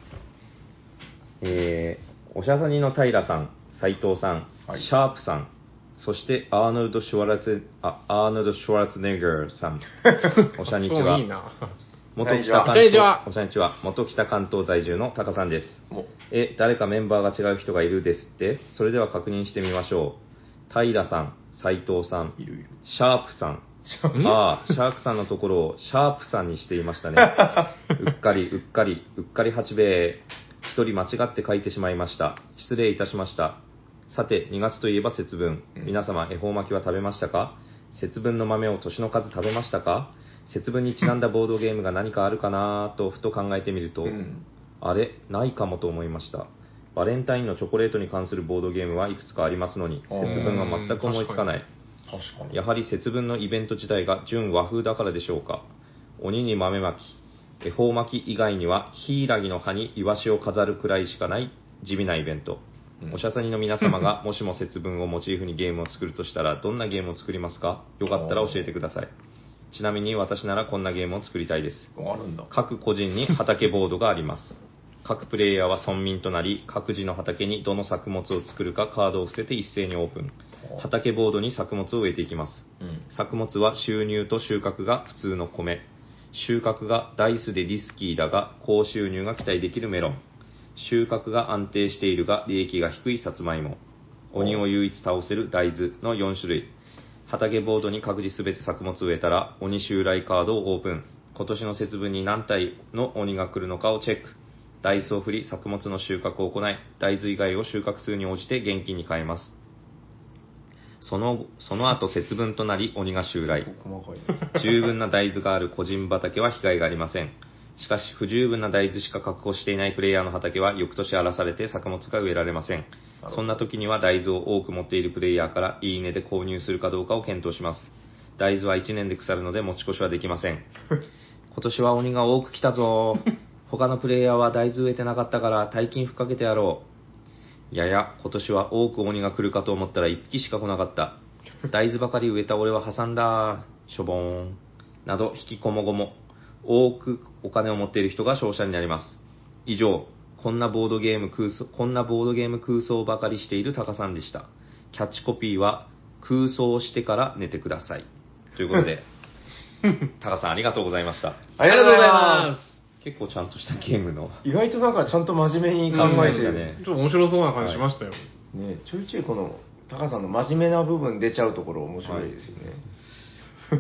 えー、おしゃさにの平さん、斉藤さん、はい、シャープさん、そしてアーノルド・シュワルツ、あ、アーノルド・シュワルツネガーさん、おしゃにちは。
いいな。
元北関東、おしゃにちは。元北関東在住のタカさんです。え、誰かメンバーが違う人がいるですって？それでは確認してみましょう。平さん、斉藤さん、いるいるシャープさん。ああ、シャープさんのところをシャープさんにしていましたね。うっかり、うっかり、うっかり八兵衛。一人間違って書いてしまいました。失礼いたしました。さて、にがつといえば節分。皆様、恵方巻きは食べましたか？節分の豆を年の数食べましたか？節分にちなんだボードゲームが何かあるかなとふと考えてみると、うん、あれないかもと思いました。バレンタインのチョコレートに関するボードゲームはいくつかありますのに、節分は全く思いつかない。
確かに。
やはり節分のイベント自体が純和風だからでしょうか。鬼に豆巻き、恵方巻き以外にはヒイラギの葉にイワシを飾るくらいしかない地味なイベント。うん、おしゃさにの皆様がもしも節分をモチーフにゲームを作るとしたらどんなゲームを作りますか？よかったら教えてください。ちなみに私ならこんなゲームを作りたいです。
あるんだ。
各個人に畑ボードがあります。各プレイヤーは村民となり、各自の畑にどの作物を作るかカードを伏せて一斉にオープン。畑ボードに作物を植えていきます。うん、作物は収入と収穫が普通の米。収穫がダイスでリスキーだが高収入が期待できるメロン。収穫が安定しているが利益が低いさつまいも。鬼を唯一倒せる大豆のよん種類。畑ボードに各自すべて作物を植えたら鬼襲来カードをオープン。今年の節分に何体の鬼が来るのかをチェック。ダイスを振り作物の収穫を行い、大豆以外を収穫数に応じて現金に変えます。そのその後節分となり鬼が襲来。十分な大豆がある個人畑は被害がありません。しかし不十分な大豆しか確保していないプレイヤーの畑は翌年荒らされて作物が植えられません。そんな時には大豆を多く持っているプレイヤーからいいねで購入するかどうかを検討します。大豆はいちねんで腐るので持ち越しはできません。今年は鬼が多く来たぞ。他のプレイヤーは大豆植えてなかったから大金ふっかけてやろう。いやや、今年は多く鬼が来るかと思ったらいっぴきしか来なかった。大豆ばかり植えた俺は挟んだ。しょぼーん。など、引きこもごも。多くお金を持っている人が勝者になります。以上、こんなボードゲーム空想、こんなボードゲーム空想ばかりしているタカさんでした。キャッチコピーは、空想してから寝てください。ということで、タカさんありがとうございました。
ありがとうございます。
結構ちゃんとしたゲームの。
意外となんかちゃんと真面目に考えてるね。
ちょっと面白そうな感じしましたよ。はい、
ね、ちょいちょいこのタカさんの真面目な部分出ちゃうところ面白いですよね。はい、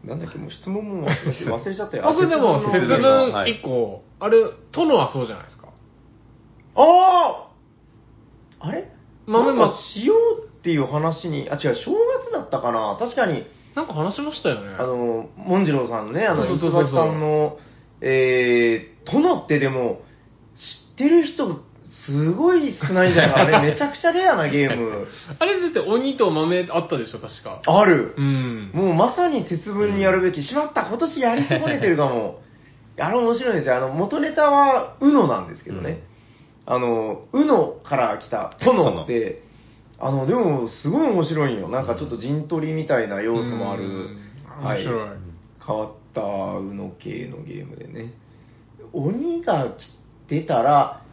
なんだっけ、もう質問も忘れちゃったよ。
あ、それでも節分いっこ、あれ、殿はそうじゃないですか。
あああれ
豆
ましようっていう話に、あ、違う、正月だったかな。確かに。
なんか話しましたよね。
あの、モンジローさんのね、あの、磯崎さんの、えー、殿ってでも、知ってる人、すごい少ないんじゃないかな。あれめちゃくちゃレアなゲーム。
あれだって鬼と豆あったでしょ、確か。
ある。
うん。
もうまさに節分にやるべき。しまった、今年やり損ねてるかも。あれ面白いんですよ。あの、元ネタは、ウノなんですけどね。うん、あの、ウノから来た殿って、あの、でも、すごい面白いよ。なんかちょっと陣取りみたいな要素もある。
はい。面白い。
変わったウノ系のゲームでね。鬼が出たら、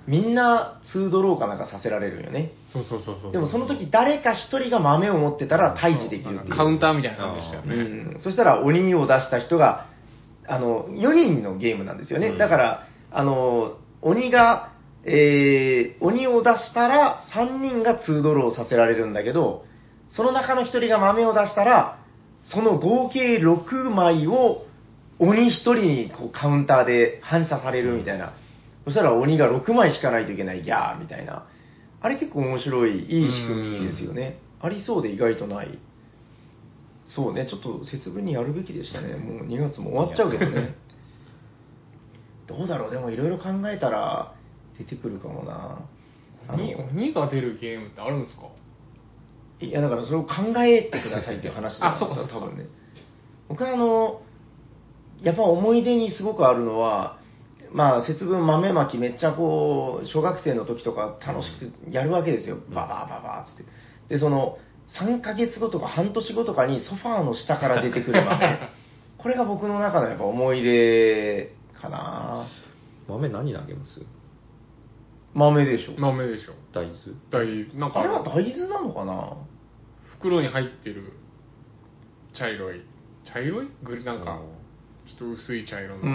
みんなツードローかなんかさせられるんよね。
そうそうそうそう。
でもその時誰か一人が豆を持ってたら退治できるっていう。
カウンターみたいな感じでしたよね。
うん。そしたら鬼を出した人が、あの、よにんのゲームなんですよね。
うん
だから、あの、鬼が、えー、鬼を出したらさんにんがツードローさせられるんだけど、その中のひとりが豆を出したら、その合計ろくまいを鬼ひとりにこうカウンターで反射されるみたいな。そしたら鬼がろくまい引かないといけない、ギャーみたいな。あれ結構面白い、いい仕組みですよね。ありそうで意外とない。そうね、ちょっと節分にやるべきでしたね。もうにがつも終わっちゃうけどね。どうだろう、でもいろいろ考えたら出てくるかもな。あの
鬼鬼が出るゲームってあるんですか？
いや、だからそれを考えてくださいっていう話だ
あそうかそうか
多分ね。僕はあの、やっぱ思い出にすごくあるのは、まあ、節分豆まきめっちゃこう、小学生の時とか楽しくやるわけですよ。ババーババーっつって。で、その、さんかげつごとか半年後とかにソファーの下から出てくる豆。これが僕の中のやっぱ思い出かな。
豆何投げます？
豆でしょ。
豆でしょ。
大豆？
大なんか
あれは大豆なのかな。
袋に入ってる茶色い茶色いグリなんかちょっと薄い茶色の。
うん。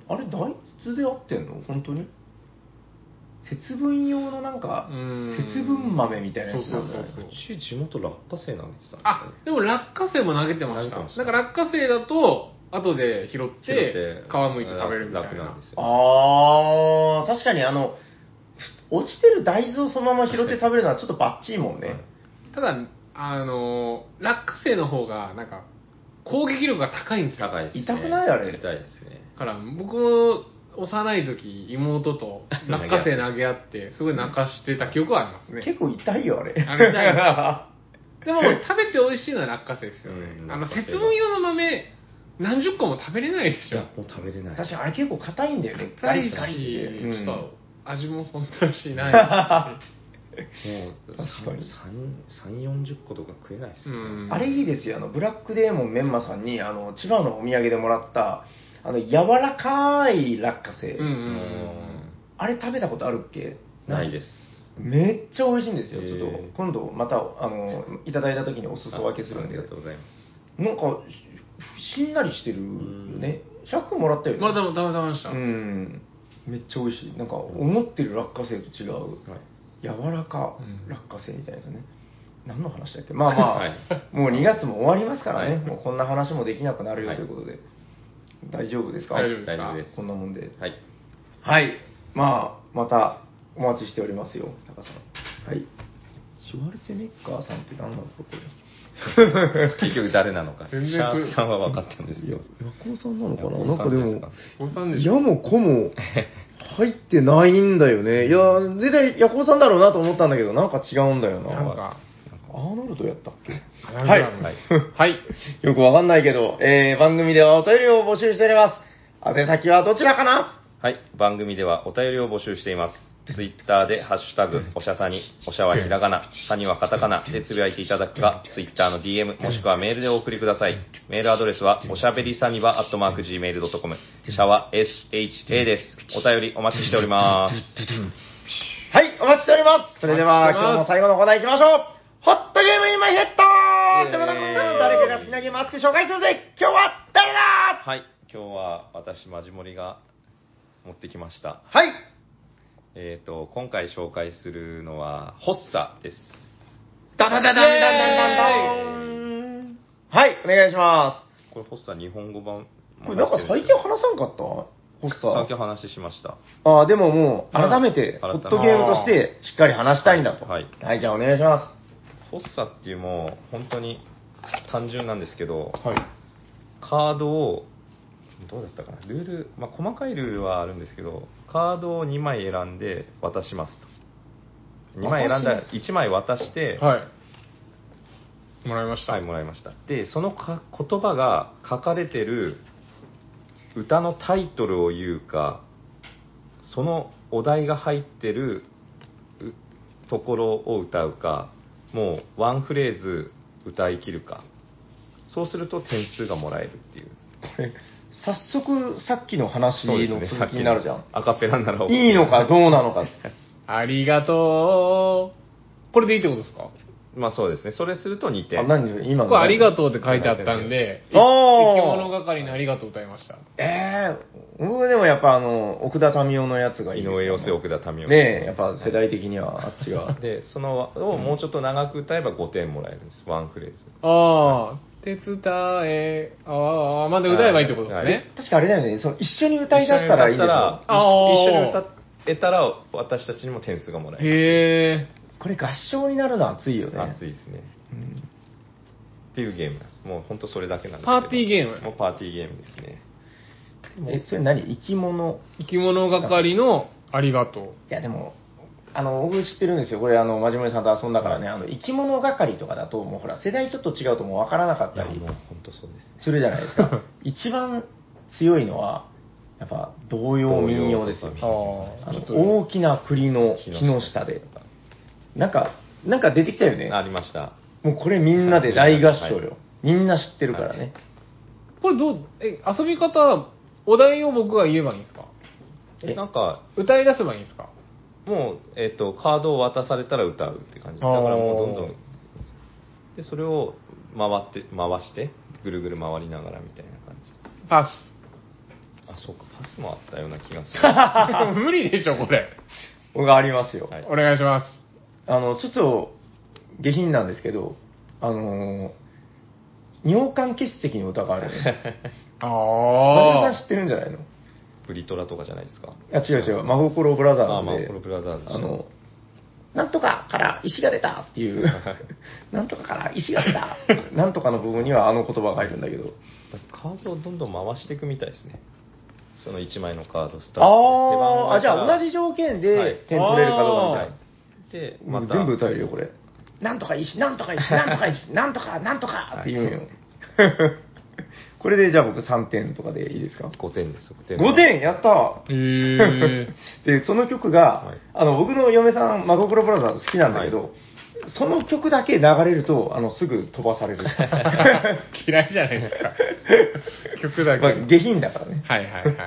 あれ大豆で合ってんの本当に？節分用のなんか、節分豆みたいなやつなんだよね。
そうそうそうそう
うち地元落花生投げてたんですよね。
あ、でも落花生も投げてました。
投げてました
なんか落花生だと後で拾っ
拾って
て皮むいて食べるみたいな。
楽なんですよ。
あー、確かにあの、落ちてる大豆をそのまま拾って食べるのはちょっとバッチリもんね。
ただ、あの、落花生の方がなんか攻撃力が高いんですよ。
高いですね。
痛くないあれ
痛いですね。
だから僕も幼い時妹と落花生投げ合ってすごい泣かしてた記憶はありますね。
結構痛いよ、あれ。
あれ痛いでも食べて美味しいのは落花生ですよね。
うん
あの
落花生
節分用の豆何十個も食べれないでしょ。
いや、もう食べれない。
確かにあれ結構硬いんだよね。ガ
硬いし、
リガリって。うん
ちょっと味もそんなしないし。
もう
確かに
さん、よんじゅっことか食えないですよ、ね
うん
あれいいですよ。あの、ブラックデーモンメンマさんに、あの、千葉のお土産でもらった、あの、柔らかい落花生。
うんうんうん
あれ食べたことあるっけ？
ないです。
めっちゃ美味しいんですよ。
へー
ちょっと、今度また、あの、いただいた時にお裾分けするんで。
ありがとうございます。
なんか、ししんなりしてるよね。ひゃくもらったよね。
まだ食べ食べました。
うん。めっちゃ美味しい。なんか、思ってる落花生と違う。
はい
柔らか
うん
落花生みたいなやつね。何の話だっけ？まあまあ、
はい
もうにがつも終わりますからね。
はい
もうこんな話もできなくなるよ
はい
ということで。大丈夫ですか？
大丈夫ですか
大丈夫です。
こんなもんで。
はい。
はい。まあ、またお待ちしておりますよ、タカさん。はい。シュワルツェネッガーさんって何なんですか、これ。
結局誰なのか。シ
全然
ャークさんは分かったんです
いや、
よ。
ヤコウさんなのかな
ヤコウ
なんかでも
さんですか、
お子さんでしょ。
矢も子も入ってないんだよね。いや、絶対ヤコウさんだろうなと思ったんだけど、なんか違うんだよな。
なんか、
アーノルドやったっけ
は
はいい。
はい
はい。
よくわかんないけど、えー、番組ではお便りを募集しております。宛先はどちらかな
はい。番組ではお便りを募集しています。ツイッターでハッシュタグ、おしゃさに、おしゃはひらがな、さにはカタカナでつぶやいていただくか、ツイッターの ディーエム、もしくはメールでお送りください。メールアドレスは、おしゃべりさにば、アットマーク、ジーメールドットコム、シャワ エスエイチエー です。お便りお待ちしております。
はい、お待ちしております。それでは、
お待ちしてます
今日も最後のコーナー行きましょう。ホットゲームインマイヘッド
イエーイ
ということで、誰かが好きなゲームを熱く紹介するぜ。今日は誰だ
はい。今日は私、マジモリが持ってきました。
はい。
えっ、と、今回紹介するのは、ホッサです。
ダダダダンダンダンダンダンはい、お願いしま
これ、ホッサ日本語版。
す。これなんか最近話さんかったホッサ
最近話しました。
ああ、でももう、改めて、ホ
改めて
ットゲームとして、しっかり話したいんだと。
はい
はい、じゃあお願いしま
ホッサっていうもう、本当に単純なんですけど、
す。はい。
カードを、どうだったかな、ルール、まあ、細かいルールはあるんですけど、カードをにまい選んで渡しますと。にまい選んだら
渡します
いちまい渡して、
はい。もらいました。
はい、もらいました。で、そのか言葉が書かれてる歌のタイトルを言うか、そのお題が入ってるうところを歌うか、もうワンフレーズ歌い切るか、そうすると点数がもらえるっていう。
これ、 早速さっきの話の続きになるじゃん。
アカペラなら
いいのかどうなのか。
ありがとう。これでいいってことですか？
まあそうですね。それするとにてん。
あ、何今の。
これありがとうって書いてあったんで、
あー
生き物係のありがとう歌いました。
ええー、僕でもやっぱあの、奥田民生のやつがいいですよ、
井上陽水、奥田民生。
ねえ、やっぱ世代的にはあっちが。
で、そのをもうちょっと長く歌えばごてんもらえるんです。ワンフレーズ。
ああ、手伝え、ああ、まだ歌えばいいってことですね。
はい
確かあれだよね、その一緒に歌い出したらいいでしょ。
あー
一緒に歌えたら私たちにも点数がもらえる。
へえ。
これ合唱になるのは熱いよね。
熱いですね。
うん、
っていうゲームなんです。もう本当それだけなんですけど。
パーティーゲーム。
もうパーティーゲームですね。
え、それ何生き物
生き物係のありがとう。
いやでも、あの、僕知ってるんですよ。これあの、マジモリさんと遊んだからね、あの、生き物係とかだと、もうほら、世代ちょっと違うともう分からなかったり
もう本当そうですね。
するじゃないですか。一番強いのは、やっぱ、童謡民謡ですよ。あの大きな栗の木の下で。なんか、なんか出てきたよね。
ありました。
もうこれみんなで大合唱よ。
はい、
みんな知ってるからね。
これどう、え、遊び方、お題を僕が言えばいいんですか？
え、なんか、
歌い出せばいいんですか？
もう、えっ、と、カードを渡されたら歌うって感じ。だからもうどんどん、で、それを回って、回して、ぐるぐる回りながらみたいな感じ。
パス。
あ、そうか、パスもあったような気がする。
無理でしょ、これ。
僕がありますよ。
はい、
お願いします。
あの、ちょっと、下品なんですけど、あのー、尿管結石の歌があるね。
ああ。
マジさん知ってるんじゃないの？
ブリトラとかじゃないですか。
いや、違う違う、真心ブラザーズで。
あ、真心ブラザーズ。
あの、なんとかから石が出たっていう、なんとかから石が出た、なんとかの部分にはあの言葉が入るんだけど。
カードをどんどん回していくみたいですね。そのいちまいのカードスタ
ー
ー
トで。ああ、じゃあ同じ条件で点取れるかどうかみたいな。
で、
また全部歌えるよ、これ。なんとか石、なんとか石、なんとか石、なんとか、なんとかって言うんよ。これでじゃあ僕さんてんとかでいいですか？
ごてんです。
ごてんやった
へー
で、その曲が、
はい、
あの、僕の嫁さん、真心ブラザーズ好きなんだけど、はい、その曲だけ流れると、あの、すぐ飛ばされる。
嫌いじゃないですか。曲だけ。
まあ、下品だからね。
はいはいはい。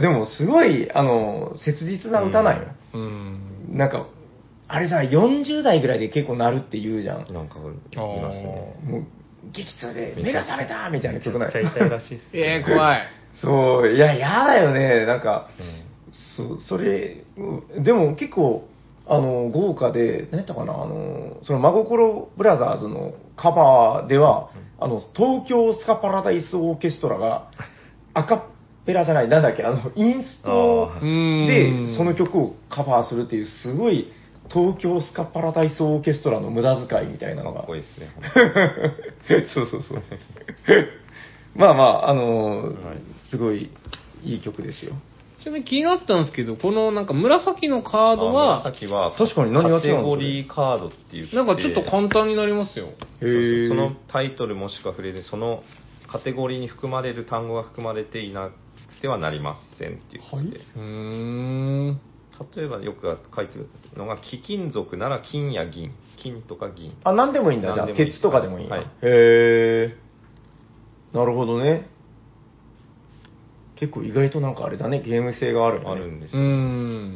でも、すごい、あの、切実な歌なんよ。
うん。
なんか、あれさ、よんじゅう代ぐらいで結構なるって言うじゃん。
なんか、言いますね。
もう激痛で目が覚めたみたいな曲ない。
めちゃくちゃ痛いらしいっす、ね。
えー、怖い。
そう、いや、嫌だよね。なんか、
うん、
そそれ、でも結構、あの、豪華で、何やったかな、あの、その、真心ブラザーズのカバーでは、うん、あの、東京スカパラダイスオーケストラが、アカペラじゃない、なんだっけ、あの、インストで、その曲をカバーするっていう、すごい、東京スカパラダイスオーケストラの無駄遣いみたいなのが。
かっこいいですね。
そうそうそう。まあまあ、あのーはい、すごいいい曲ですよ。
ちなみに気になったんですけど、このなんか紫のカードは、
紫は
確かに何が違うん
カテゴリーカードって言って、
なんかちょっと簡単になりますよ。
へー。そのタイトルもしくはフレーズで、そのカテゴリーに含まれる単語が含まれていなくてはなりませんっていうことで。はい、
うーん。
例えばよく書いてるのが、貴金属なら金や銀。金とか銀。
あ、なんでもいいんだ。じゃあ、鉄とかでもいい。
はい。
へー。なるほどね。結構意外となんかあれだね、ゲーム性があるよね。
あるんです
よ。うん。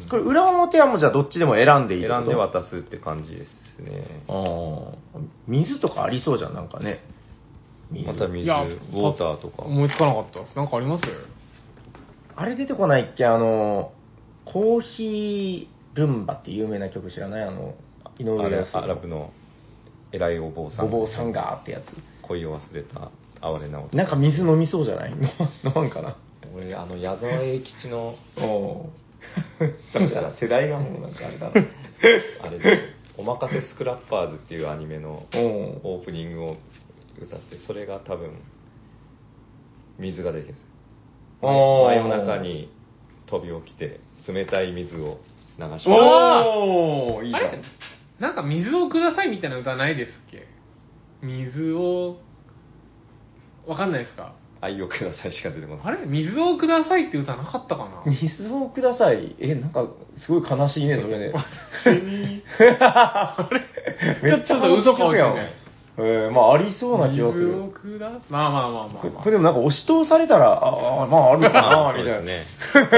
これ、裏表はもうじゃあどっちでも選んでいいってこと？
選んで渡すって感じですね。
ああ。水とかありそうじゃん、なんかね。
水。また水、ウォーターとか。
思いつかなかったです。なんかあります？
あれ出てこないっけ、あの、コーヒールンバって有名な曲知らない？あの、井上陽水
アラブの偉いお坊さん。
お坊さんがってやつ。
恋を忘れた哀れな男。
なんか水飲みそうじゃない？飲まんかな。
俺、あの、矢沢永吉の、
おだから世代がもうなんかあれだな。
あれで、おまかせスクラッパーズっていうアニメのオープニングを歌って、それが多分、水が出てる。真夜中に飛び起きて、冷たい水を流します。
おーいいじゃん。
あれなんか水をくださいみたいな歌ないですっけ？水を、わかんないですか？
愛をくださいしか出てこない。
あれ水をくださいって歌なかったかな？
水をください。え、なんか、すごい悲しいね、それね。
あれちょっと嘘かもしれない。
えー、まあありそうな気がする。
水を下まあまあまあまあ、まあ、
これでもなんか押し通されたら、ああ、まああるかな、みたいな。
ね。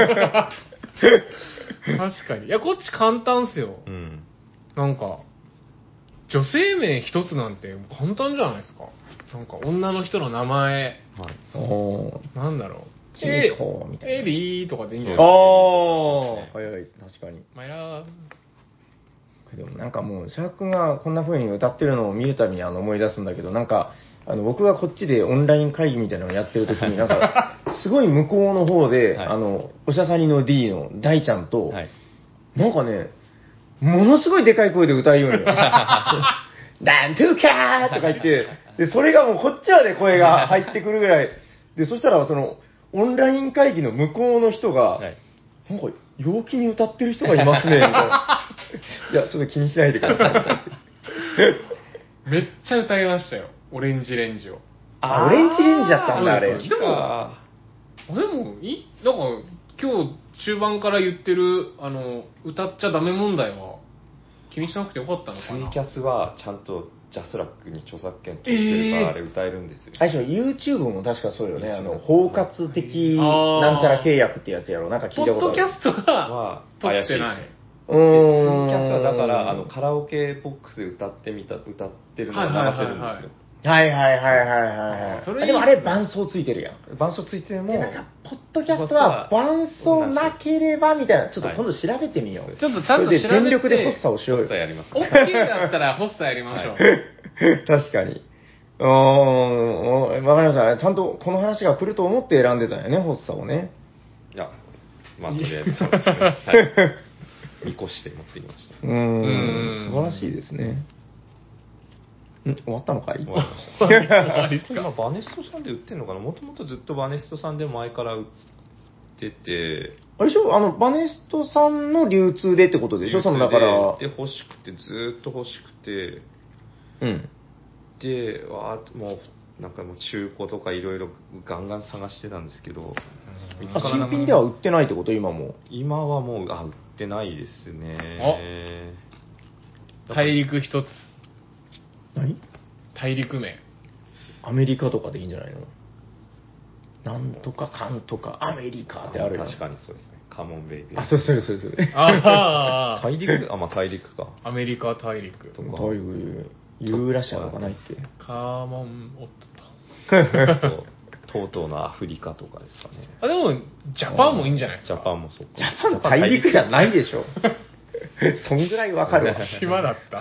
確かに。いや、こっち簡単っすよ。
うん。
なんか、女性名一つなんて簡単じゃないですか。なんか女の人の名前、
はい。
おー。
なんだろう。
キミコみたいな
エリーとかでいいんじゃ
あ
ないですか。
あ、はいはい、確かに。
マイラー
でもなんかもう、シャーク君がこんな風に歌ってるのを見るたびにあの思い出すんだけど、なんか、あの僕がこっちでオンライン会議みたいなのをやってる時に、なんか、すごい向こうの方で、
はい
あの、おしゃさにの D の大ちゃんと、
はい。
なんかね、ものすごいでかい声で歌いようよ。ダントゥーカーとか言って、で、それがもうこっちまで声が入ってくるぐらい、で、そしたらその、オンライン会議の向こうの人が、
はい。
なんか、陽気に歌ってる人がいますね、みたいな。いや、ちょっと気にしないでください、みたいな。
めっちゃ歌いましたよ。オレンジレンジを。
あ、オレンジレンジだったんだ、あれ。
そうですでもあでも、いいなんか、今日中盤から言ってる、あの、歌っちゃダメ問題は、気にしなくてよかったのかな。
ツイキャスはちゃんとジャスラックに著作権取ってるから、あれ歌えるんですよ。
最初、YouTube も確かそうよね。あの、
YouTube
包括的
あー
なんちゃら契約ってやつやろ。なんか聞
ポッ
いたことある。
ドキャストが
は
撮ってない。
う
でツイ
ーん。
キャスはだから、あの、カラオケボックスで歌ってみた、歌ってるのを流せるんですよ。
はいはいはいはいはい。
あそれいい
あでもあれ伴奏ついてるやん。
伴奏ついても、
で、なんか、ポッドキャストは伴奏なければみたいな、ちょっと今度調べてみよう。
はい
ちょっとちゃんと調べて。
それで全力で発作をしようよ
ホス。タやります。
OK だったらホストやりましょう。
確かに。うーん、わかりました。ちゃんとこの話が来ると思って選んでたんよね、発作をね。
いや、まあ、とりあえずそうですね。はい。見越して持ってきました。
うーん、素晴らしいですね。ん終わったのかい
終わりました。
終わりっす
今、
か。
バネストさんで売ってるのかな。もともとずっとバネストさんで前から売ってて、
あれでしょあの、バネストさんの流通でってことでしょそのだから。
で欲しくて、ずーっと欲しくて、
うん。
で、わーもう、なんかもう中古とかいろいろガンガン探してたんですけど、見つ
あ
からなかった
新品では売ってないってこと今も。
今はもう、あ、売ってないですね。
大陸一つ。
何
大陸名。
アメリカとかでいいんじゃないのなんとかかんとかアメリカってあるよ。
確かにそうですね。カモンベイビー。
あ、それそれそれそれ。
ああ、
大陸あ、まあ大陸か。
アメリカ大陸。
どういう、ユーラシアとかないっけ
カーモン、おっとっと。
ととうとうのアフリカとかですかね。
あ、でも、ジャパンもいいんじゃないです
ジ
か。
ャパンもそうか。
ジャパン大陸じゃないでしょ。そんぐらいわかるわ。
島だった。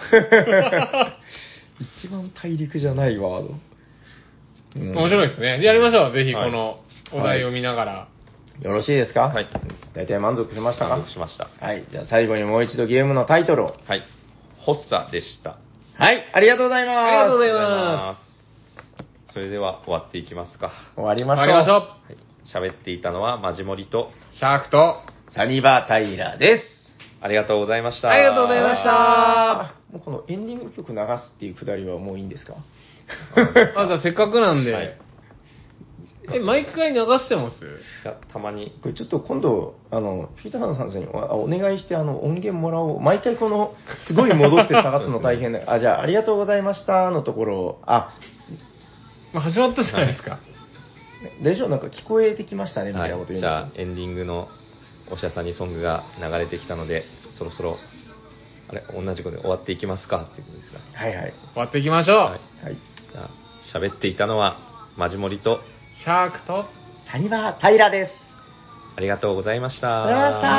一番大陸じゃないワード。うん
面白いですね。やりましょう。ぜひ、こ
はい
のお題を見ながら。
よろしいですか
はい。
大体満足しましたか
満足しました。
はい。じゃあ最後にもう一度ゲームのタイトルを。
はい。発作でした。
はい。ありがとうございます。
ありがとうござい
ありがとうござい
ま
ます。それでは終わっていきますか。
終わり
す。
ましょう。
わかりましょう。
はい。喋っていたのはマジモリと、
シャークと、
サニバタイラです。
ありがとうございました。
ありがとうございました。
あもうこのエンディング曲流すっていうくだりはもういいんですか
あ、じゃあせっかくなんで、
はい
え、毎回流してます
いやたまに。
これちょっと今度、あの、ピーター・ハンさんにおお願いして、あの、音源もらおう。毎回この、すごい戻って探すの大変だ。あ、じゃあ、ありがとうございましたのところを、あ、
まあ、始まったじゃないですか。
大丈夫なんか聞こえてきましたね、みた
はい
いなこと言うん
じゃあ
です
エンディングのおしゃさにソングが流れてきたので、そろそろ、あれ、同じことで終わっていきますかっていうことですが。
はいはい。
終わっていきましょう。
はい。
はい。
じゃあ、喋っていたのは、マジモリと、
シャークと、
サニバタイラです。
ありがとうございました。
ありがとうございました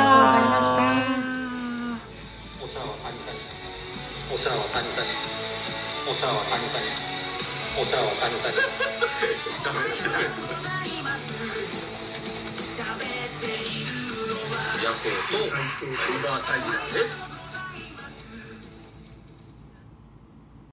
おしゃはサニサニ。おしゃはサニサニ。おしゃはサニサニ。おしゃはサニサニ。ヤッホーとサニバータイラーです。